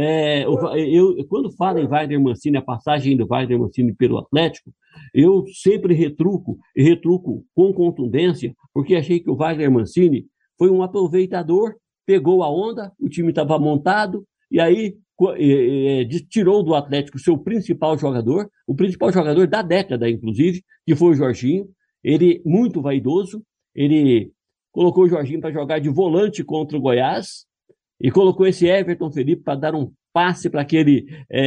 quando falo em Wagner Mancini, a passagem do Wagner Mancini pelo Atlético, eu sempre retruco com contundência, porque achei que o Wagner Mancini foi um aproveitador, pegou a onda, o time estava montado, e aí tirou do Atlético seu principal jogador, o principal jogador da década, inclusive, que foi o Jorginho. Ele, muito vaidoso, ele colocou o Jorginho para jogar de volante contra o Goiás, e colocou esse Everton Felipe para dar um passe para aquele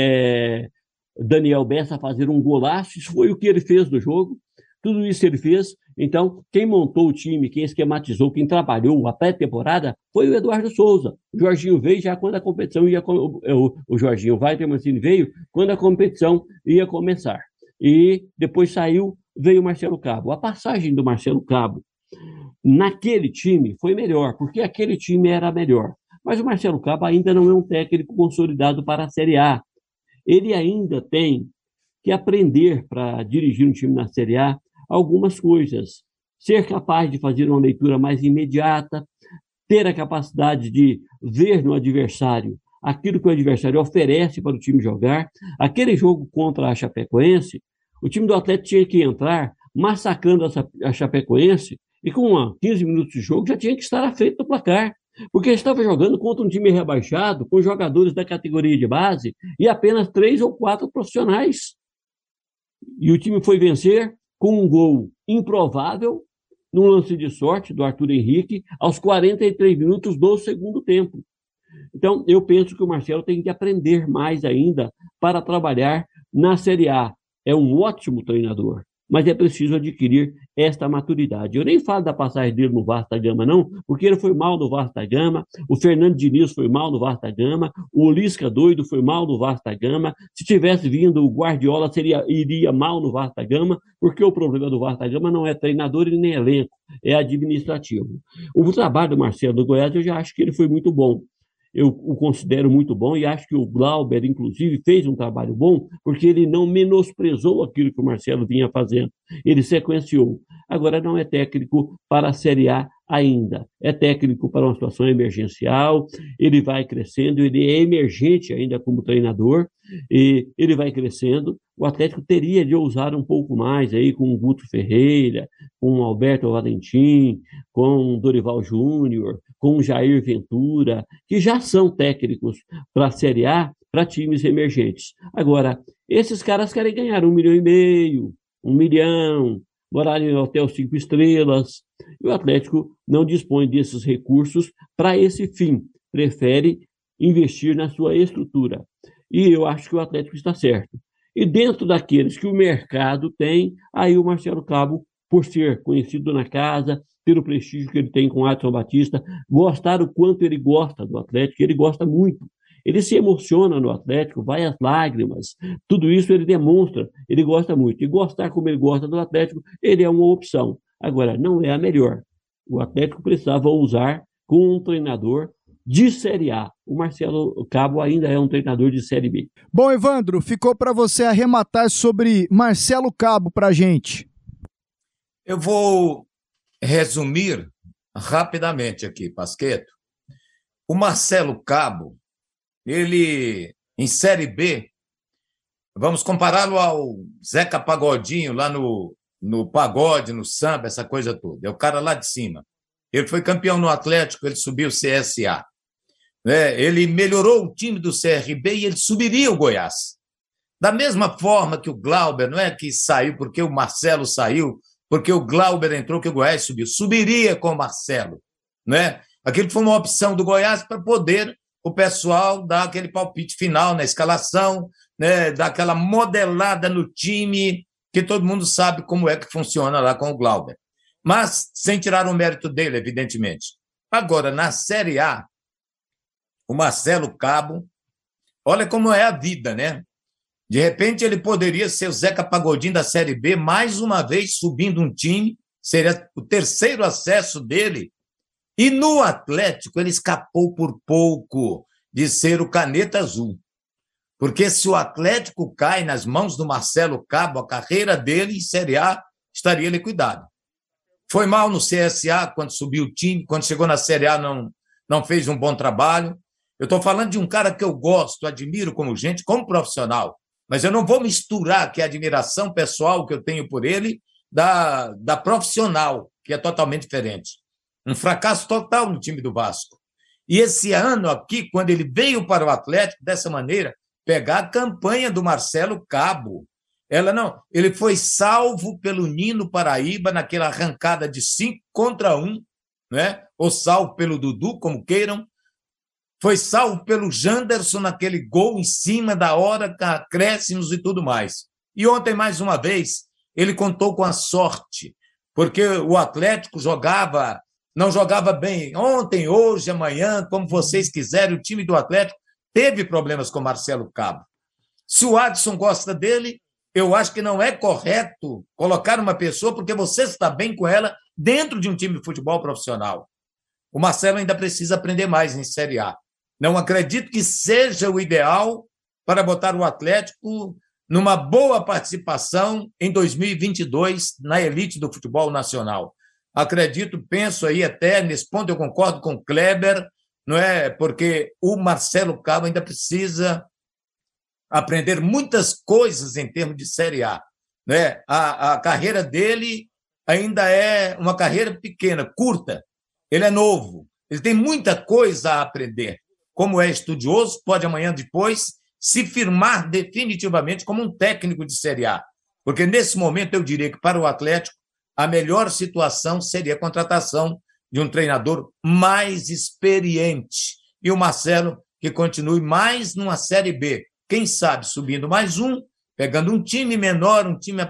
Daniel Bessa fazer um golaço. Isso foi o que ele fez no jogo, tudo isso ele fez. Então, quem montou o time, quem esquematizou, quem trabalhou a pré-temporada foi o Eduardo Souza. O Jorginho veio já quando a competição ia... O Jorginho, o Wagner Mancini veio quando a competição ia começar. E depois veio o Marcelo Cabo. A passagem do Marcelo Cabo naquele time foi melhor, porque aquele time era melhor. Mas o Marcelo Cabo ainda não é um técnico consolidado para a Série A. Ele ainda tem que aprender, para dirigir um time na Série A, algumas coisas. Ser capaz de fazer uma leitura mais imediata, ter a capacidade de ver no adversário aquilo que o adversário oferece para o time jogar. Aquele jogo contra a Chapecoense, o time do Atlético tinha que entrar massacrando a Chapecoense e com 15 minutos de jogo já tinha que estar à frente do placar. Porque estava jogando contra um time rebaixado, com jogadores da categoria de base e apenas 3 ou 4 profissionais. E o time foi vencer com um gol improvável, num lance de sorte do Arthur Henrique, aos 43 minutos do segundo tempo. Então, eu penso que o Marcelo tem que aprender mais ainda para trabalhar na Série A. É um ótimo treinador, mas é preciso adquirir esta maturidade. Eu nem falo da passagem dele no Vasco da Gama, não, porque ele foi mal no Vasco da Gama, o Fernando Diniz foi mal no Vasco da Gama, o Lisca doido foi mal no Vasco da Gama. Se tivesse vindo o Guardiola, iria mal no Vasco da Gama, porque o problema do Vasco da Gama não é treinador e nem elenco, é administrativo. O trabalho do Marcelo do Goiás, eu já acho que ele foi muito bom. eu o considero muito bom e acho que o Glauber, inclusive, fez um trabalho bom, porque ele não menosprezou aquilo que o Marcelo vinha fazendo. Ele sequenciou. Agora, não é técnico para a Série A ainda. É técnico para uma situação emergencial, ele vai crescendo, ele é emergente ainda como treinador, e ele vai crescendo. O Atlético teria de ousar um pouco mais aí com o Guto Ferreira, com o Alberto Valentim, com o Dorival Júnior, com o Jair Ventura, que já são técnicos para a Série A, para times emergentes. Agora, esses caras querem ganhar 1,5 milhão, 1 milhão, morar em hotel 5 estrelas, e o Atlético não dispõe desses recursos para esse fim, prefere investir na sua estrutura. E eu acho que o Atlético está certo. E dentro daqueles que o mercado tem, aí o Marcelo Cabo, por ser conhecido na casa, ter o prestígio que ele tem com o Adson Batista, gostar o quanto ele gosta do Atlético, ele gosta muito. Ele se emociona no Atlético, vai às lágrimas, tudo isso ele demonstra, ele gosta muito. E gostar como ele gosta do Atlético, ele é uma opção. Agora, não é a melhor. O Atlético precisava usar com um treinador de Série A. O Marcelo Cabo ainda é um treinador de Série B. Bom, Evandro, ficou para você arrematar sobre Marcelo Cabo para a gente. Eu vou resumir rapidamente aqui, Pasquetto. O Marcelo Cabo, ele, em Série B, vamos compará-lo ao Zeca Pagodinho, lá no pagode, no samba, essa coisa toda. É o cara lá de cima. Ele foi campeão no Atlético, ele subiu o CSA. Ele melhorou o time do CRB e ele subiria o Goiás. Da mesma forma que o Glauber, não é que saiu porque o Marcelo saiu, porque o Glauber entrou que o Goiás subiu. Subiria com o Marcelo. Né? Aquilo foi uma opção do Goiás para poder o pessoal dar aquele palpite final na escalação, né? Dar aquela modelada no time, que todo mundo sabe como é que funciona lá com o Glauber. Mas sem tirar o mérito dele, evidentemente. Agora, na Série A, o Marcelo Cabo, olha como é a vida, né? De repente ele poderia ser o Zeca Pagodinho da Série B, mais uma vez subindo um time, seria o terceiro acesso dele. E no Atlético ele escapou por pouco de ser o caneta azul. Porque se o Atlético cai nas mãos do Marcelo Cabo, a carreira dele em Série A estaria liquidada. Foi mal no CSA quando subiu o time, quando chegou na Série A não fez um bom trabalho. Eu estou falando de um cara que eu gosto, admiro como gente, como profissional, mas eu não vou misturar que a admiração pessoal que eu tenho por ele da profissional, que é totalmente diferente. Um fracasso total no time do Vasco. E esse ano aqui, quando ele veio para o Atlético dessa maneira, pegar a campanha do Marcelo Cabo, ele foi salvo pelo Nino Paraíba naquela arrancada de 5-1, né? Ou salvo pelo Dudu, como queiram. Foi salvo pelo Janderson naquele gol em cima da hora, acréscimos e tudo mais. E ontem, mais uma vez, ele contou com a sorte, porque o Atlético não jogava bem. Ontem, hoje, amanhã, como vocês quiserem, o time do Atlético teve problemas com o Marcelo Cabo. Se o Adson gosta dele, eu acho que não é correto colocar uma pessoa porque você está bem com ela dentro de um time de futebol profissional. O Marcelo ainda precisa aprender mais em Série A. Não acredito que seja o ideal para botar o Atlético numa boa participação em 2022 na elite do futebol nacional. Penso aí até, nesse ponto eu concordo com o Kleber, não é? Porque o Marcelo Cabo ainda precisa aprender muitas coisas em termos de Série A. Né? A carreira dele ainda é uma carreira pequena, curta. Ele é novo, ele tem muita coisa a aprender. Como é estudioso, pode amanhã depois se firmar definitivamente como um técnico de Série A. Porque nesse momento eu diria que para o Atlético a melhor situação seria a contratação de um treinador mais experiente. E o Marcelo que continue mais numa Série B. Quem sabe subindo mais pegando um time menor, um time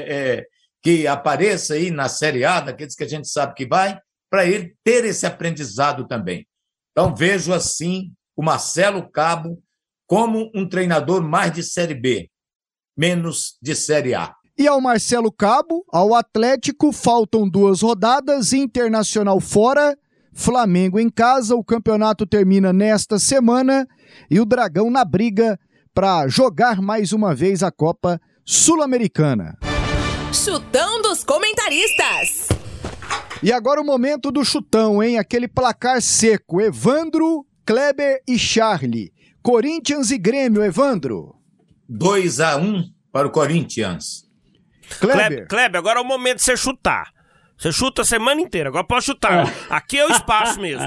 que apareça aí na Série A, daqueles que a gente sabe que vai, para ele ter esse aprendizado também. Então, vejo assim o Marcelo Cabo como um treinador mais de Série B, menos de Série A. E ao Marcelo Cabo, ao Atlético, faltam 2 rodadas, Internacional fora, Flamengo em casa. O campeonato termina nesta semana e o Dragão na briga para jogar mais uma vez a Copa Sul-Americana. Chutão dos comentaristas. E agora o momento do chutão, hein? Aquele placar seco. Evandro, Kleber e Charlie. Corinthians e Grêmio, Evandro. 2-1 para o Corinthians. Kleber. Kleber, agora é o momento de você chutar. Você chuta a semana inteira, agora pode chutar. Aqui é o espaço mesmo.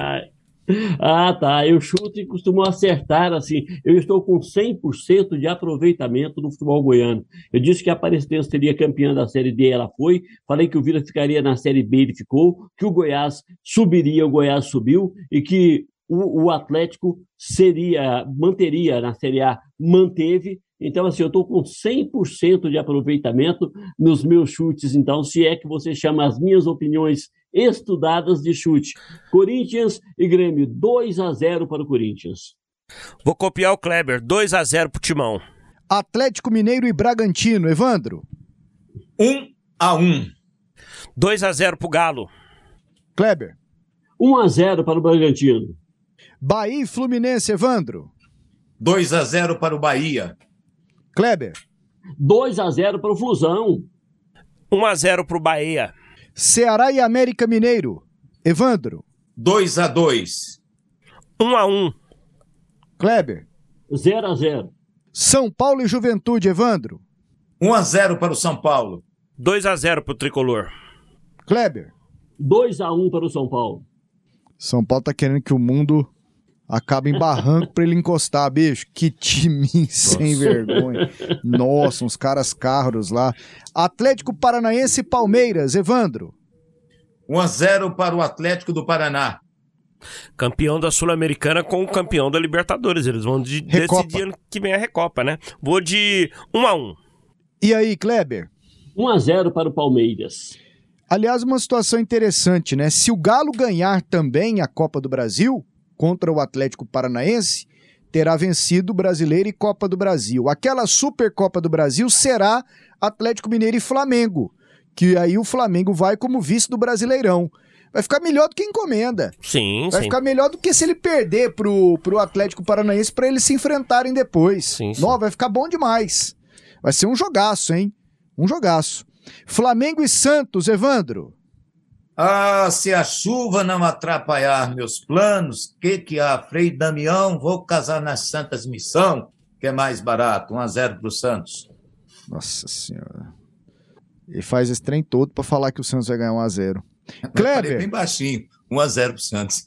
Tá. Eu chuto e costumo acertar, assim. Eu estou com 100% de aproveitamento no futebol goiano. Eu disse que a Aparecidense seria campeã da Série D, ela foi. Falei que o Vila ficaria na Série B, ele ficou. Que o Goiás subiria, o Goiás subiu. E que o Atlético manteria na Série A, manteve. Então, assim, eu estou com 100% de aproveitamento nos meus chutes. Então, se é que você chama as minhas opiniões estudadas de chute. Corinthians e Grêmio, 2-0 para o Corinthians. Vou copiar o Kleber, 2-0 pro Timão. Atlético Mineiro e Bragantino, Evandro. 1-1. 2-0 pro Galo. Kleber. 1-0 para o Bragantino. Bahia e Fluminense, Evandro. 2-0 para o Bahia. Kleber. 2-0 para o Flusão. 1-0 pro Bahia. Ceará e América Mineiro, Evandro. 2-2. 1-1. Kleber. 0-0. São Paulo e Juventude, Evandro. 1-0 para o São Paulo. 2-0 pro Tricolor. Kleber. 2-1 para o São Paulo. São Paulo tá querendo que o mundo acabe em barranco pra ele encostar, bicho. Que time sem vergonha. Nossa, uns caras carros lá. Atlético Paranaense e Palmeiras, Evandro. 1-0 para o Atlético do Paraná. Campeão da Sul-Americana com o campeão da Libertadores. Eles vão decidir ano que vem a Recopa, né? Vou de 1-1. E aí, Kleber? 1-0 para o Palmeiras. Aliás, uma situação interessante, né? Se o Galo ganhar também a Copa do Brasil contra o Atlético Paranaense, terá vencido o Brasileiro e Copa do Brasil. Aquela Supercopa do Brasil será Atlético Mineiro e Flamengo, que aí o Flamengo vai como vice do Brasileirão. Vai ficar melhor do que encomenda. Sim, Vai ficar melhor do que se ele perder pro Atlético Paranaense para eles se enfrentarem depois. Sim. Não, vai ficar bom demais. Vai ser um jogaço, hein? Um jogaço. Flamengo e Santos, Evandro. Se a chuva não atrapalhar meus planos, que há? Frei Damião, vou casar nas Santas Missão, que é mais barato. 1-0 pro Santos. Nossa Senhora. Ele faz esse trem todo pra falar que o Santos vai ganhar 1-0. Kleber. Kleber. Bem baixinho. 1-0 pro Santos.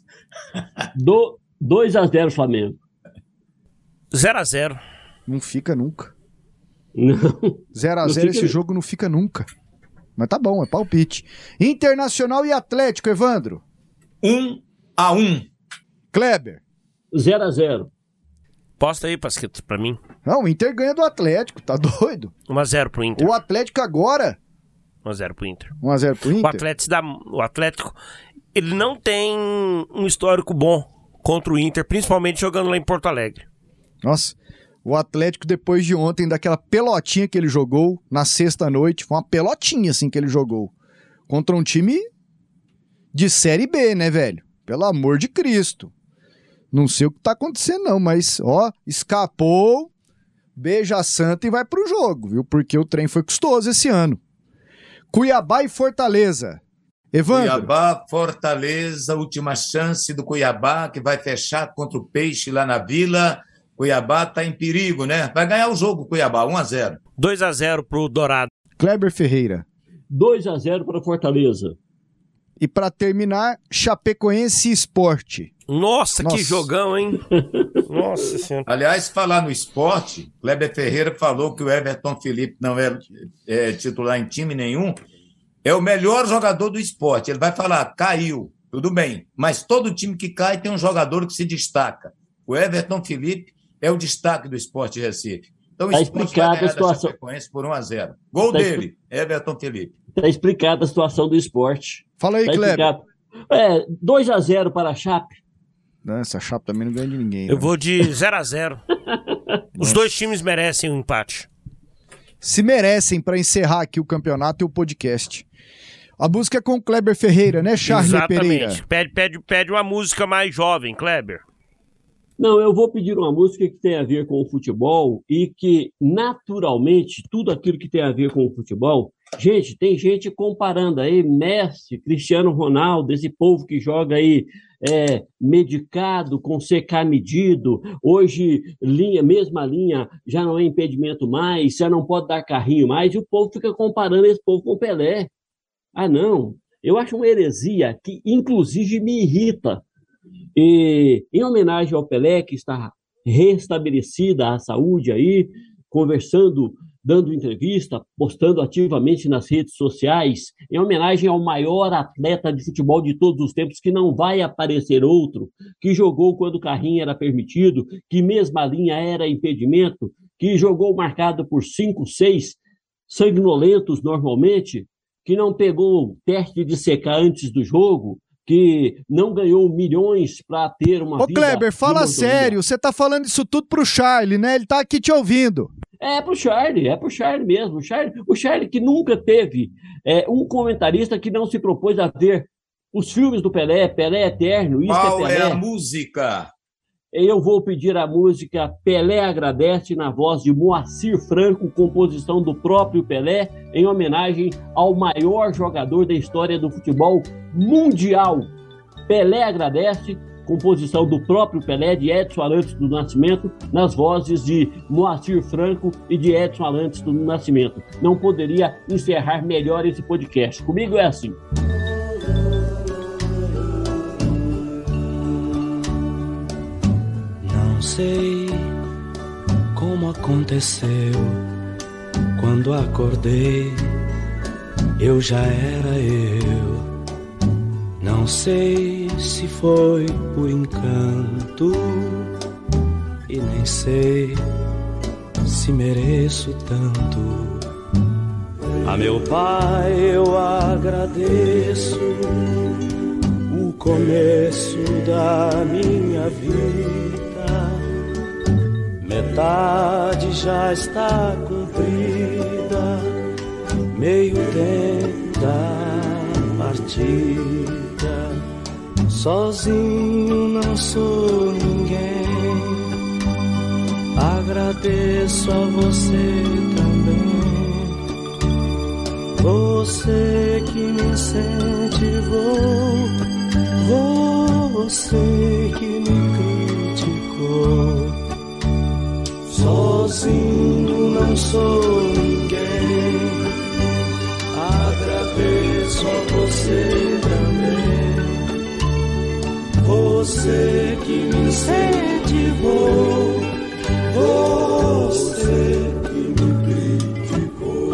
2-0 Flamengo. 0-0. Não fica nunca. Não. 0-0 esse jogo não fica nunca. Mas tá bom, é palpite. Internacional e Atlético, Evandro. 1-1. Kleber. 0-0. Posta aí, Pasquito, pra mim. Não, o Inter ganha do Atlético, tá doido? 1-0 pro Inter. O Atlético agora... 1-0 pro Inter. 1-0 pro Inter? O Atlético, ele não tem um histórico bom contra o Inter, principalmente jogando lá em Porto Alegre. Nossa, o Atlético depois de ontem, daquela pelotinha que ele jogou na sexta-noite, foi uma pelotinha assim que ele jogou, contra um time de Série B, né, velho? Pelo amor de Cristo. Não sei o que tá acontecendo não, mas, ó, escapou, beija a santa e vai pro jogo, viu? Porque o trem foi custoso esse ano. Cuiabá e Fortaleza. Evandro. Cuiabá, Fortaleza, última chance do Cuiabá, que vai fechar contra o Peixe lá na Vila. Cuiabá tá em perigo, né? Vai ganhar o jogo, Cuiabá, 1-0. 2-0 pro Dourado. Kleber Ferreira. 2-0 para Fortaleza. E pra terminar, Chapecoense e Sport. Nossa, que jogão, hein? Nossa Senhora. Aliás, falar no esporte, Kleber Ferreira falou que o Everton Felipe não é titular em time nenhum. É o melhor jogador do esporte. Ele vai falar, caiu, tudo bem. Mas todo time que cai tem um jogador que se destaca. O Everton Felipe é o destaque do Esporte Recife. Então, o Esporte vai ganhar da Chapecoense por 1-0. Gol dele, Everton Felipe. Está explicada a situação do esporte. Fala aí, Kleber. 2-0 para a Chape. Não, essa Chape também não ganha de ninguém. Eu vou de 0-0. Os dois times merecem um empate. Se merecem para encerrar aqui o campeonato e o podcast. A música é com o Kleber Ferreira, né, Charlie Pereira? Exatamente. Pede uma música mais jovem, Kleber. Não, eu vou pedir uma música que tem a ver com o futebol e que, naturalmente, tudo aquilo que tem a ver com o futebol... Gente, tem gente comparando aí Messi, Cristiano Ronaldo, esse povo que joga aí medicado, com CK medido. Hoje, mesma linha, já não é impedimento mais, já não pode dar carrinho mais, e o povo fica comparando esse povo com o Pelé. Ah, não. Eu acho uma heresia que, inclusive, me irrita. E, em homenagem ao Pelé, que está restabelecida a saúde aí, conversando, dando entrevista, postando ativamente nas redes sociais, em homenagem ao maior atleta de futebol de todos os tempos, que não vai aparecer outro, que jogou quando o carrinho era permitido, que mesma linha era impedimento, que jogou marcado por 5, 6 sanguinolentos normalmente, que não pegou teste de secar antes do jogo, que não ganhou milhões para ter uma vida... Ô Kleber, fala sério, você tá falando isso tudo pro Charlie, né? Ele tá aqui te ouvindo. É pro Charlie mesmo. O Charlie que nunca teve um comentarista que não se propôs a ver os filmes do Pelé, Pelé Eterno, Isso Qual é Pelé. É a música? Eu vou pedir a música Pelé Agradece, na voz de Moacir Franco, composição do próprio Pelé, em homenagem ao maior jogador da história do futebol mundial. Pelé Agradece, composição do próprio Pelé, de Edson Arantes do Nascimento, nas vozes de Moacir Franco e de Edson Arantes do Nascimento. Não poderia encerrar melhor esse podcast. Comigo é assim. Não sei como aconteceu, quando acordei, eu já era eu. Não sei se foi por encanto e nem sei se mereço tanto. A meu pai eu agradeço o começo da minha vida. Metade já está cumprida, meio tempo da partida. Sozinho não sou ninguém. Agradeço a você também. Você que me incentivou, você que me criticou. Sozinho não sou ninguém. Agradeço a você também. Você que me incentivou, você que me criticou.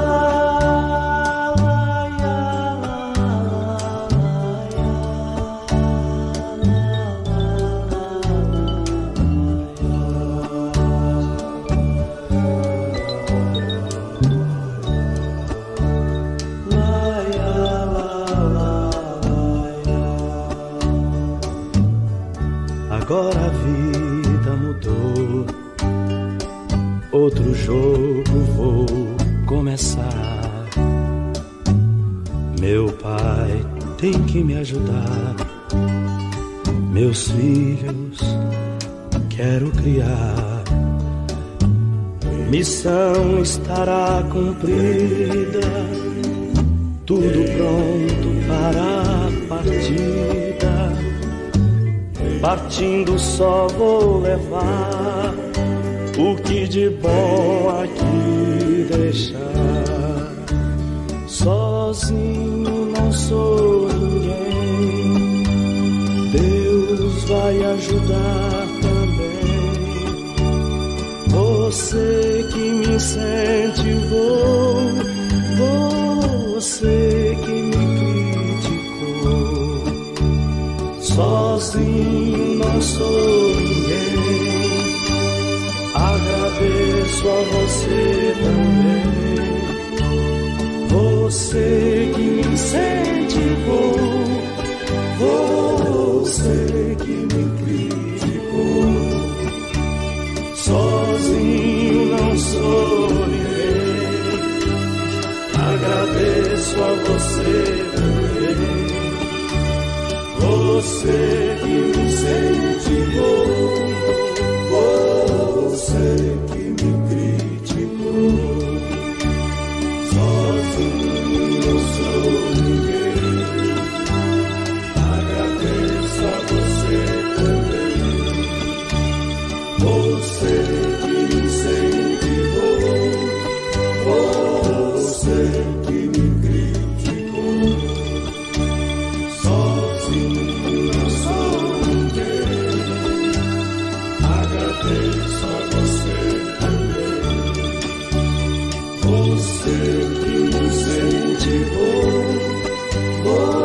Agora a vida mudou, outro jogo vou começar. Meu pai tem que me ajudar, meus filhos quero criar. Missão estará cumprida, tudo pronto para a partida. Partindo só vou levar o que de bom aqui deixar. Sozinho não sou ninguém, Deus vai ajudar também. Você que me incentivou, você que me criticou. Sozinho não sou ninguém. Agradeço a você também. Você que me incentivou, você que me criticou. Sozinho não sou ninguém. Agradeço agradeço a você também. Você que me incentivou, você que me criticou. Sozinho não sou ninguém. Agradeço a você também. Você que me incentivou, você que me criticou. Sozinho não sou ninguém. Agradeço a você também. Você que me incentivou.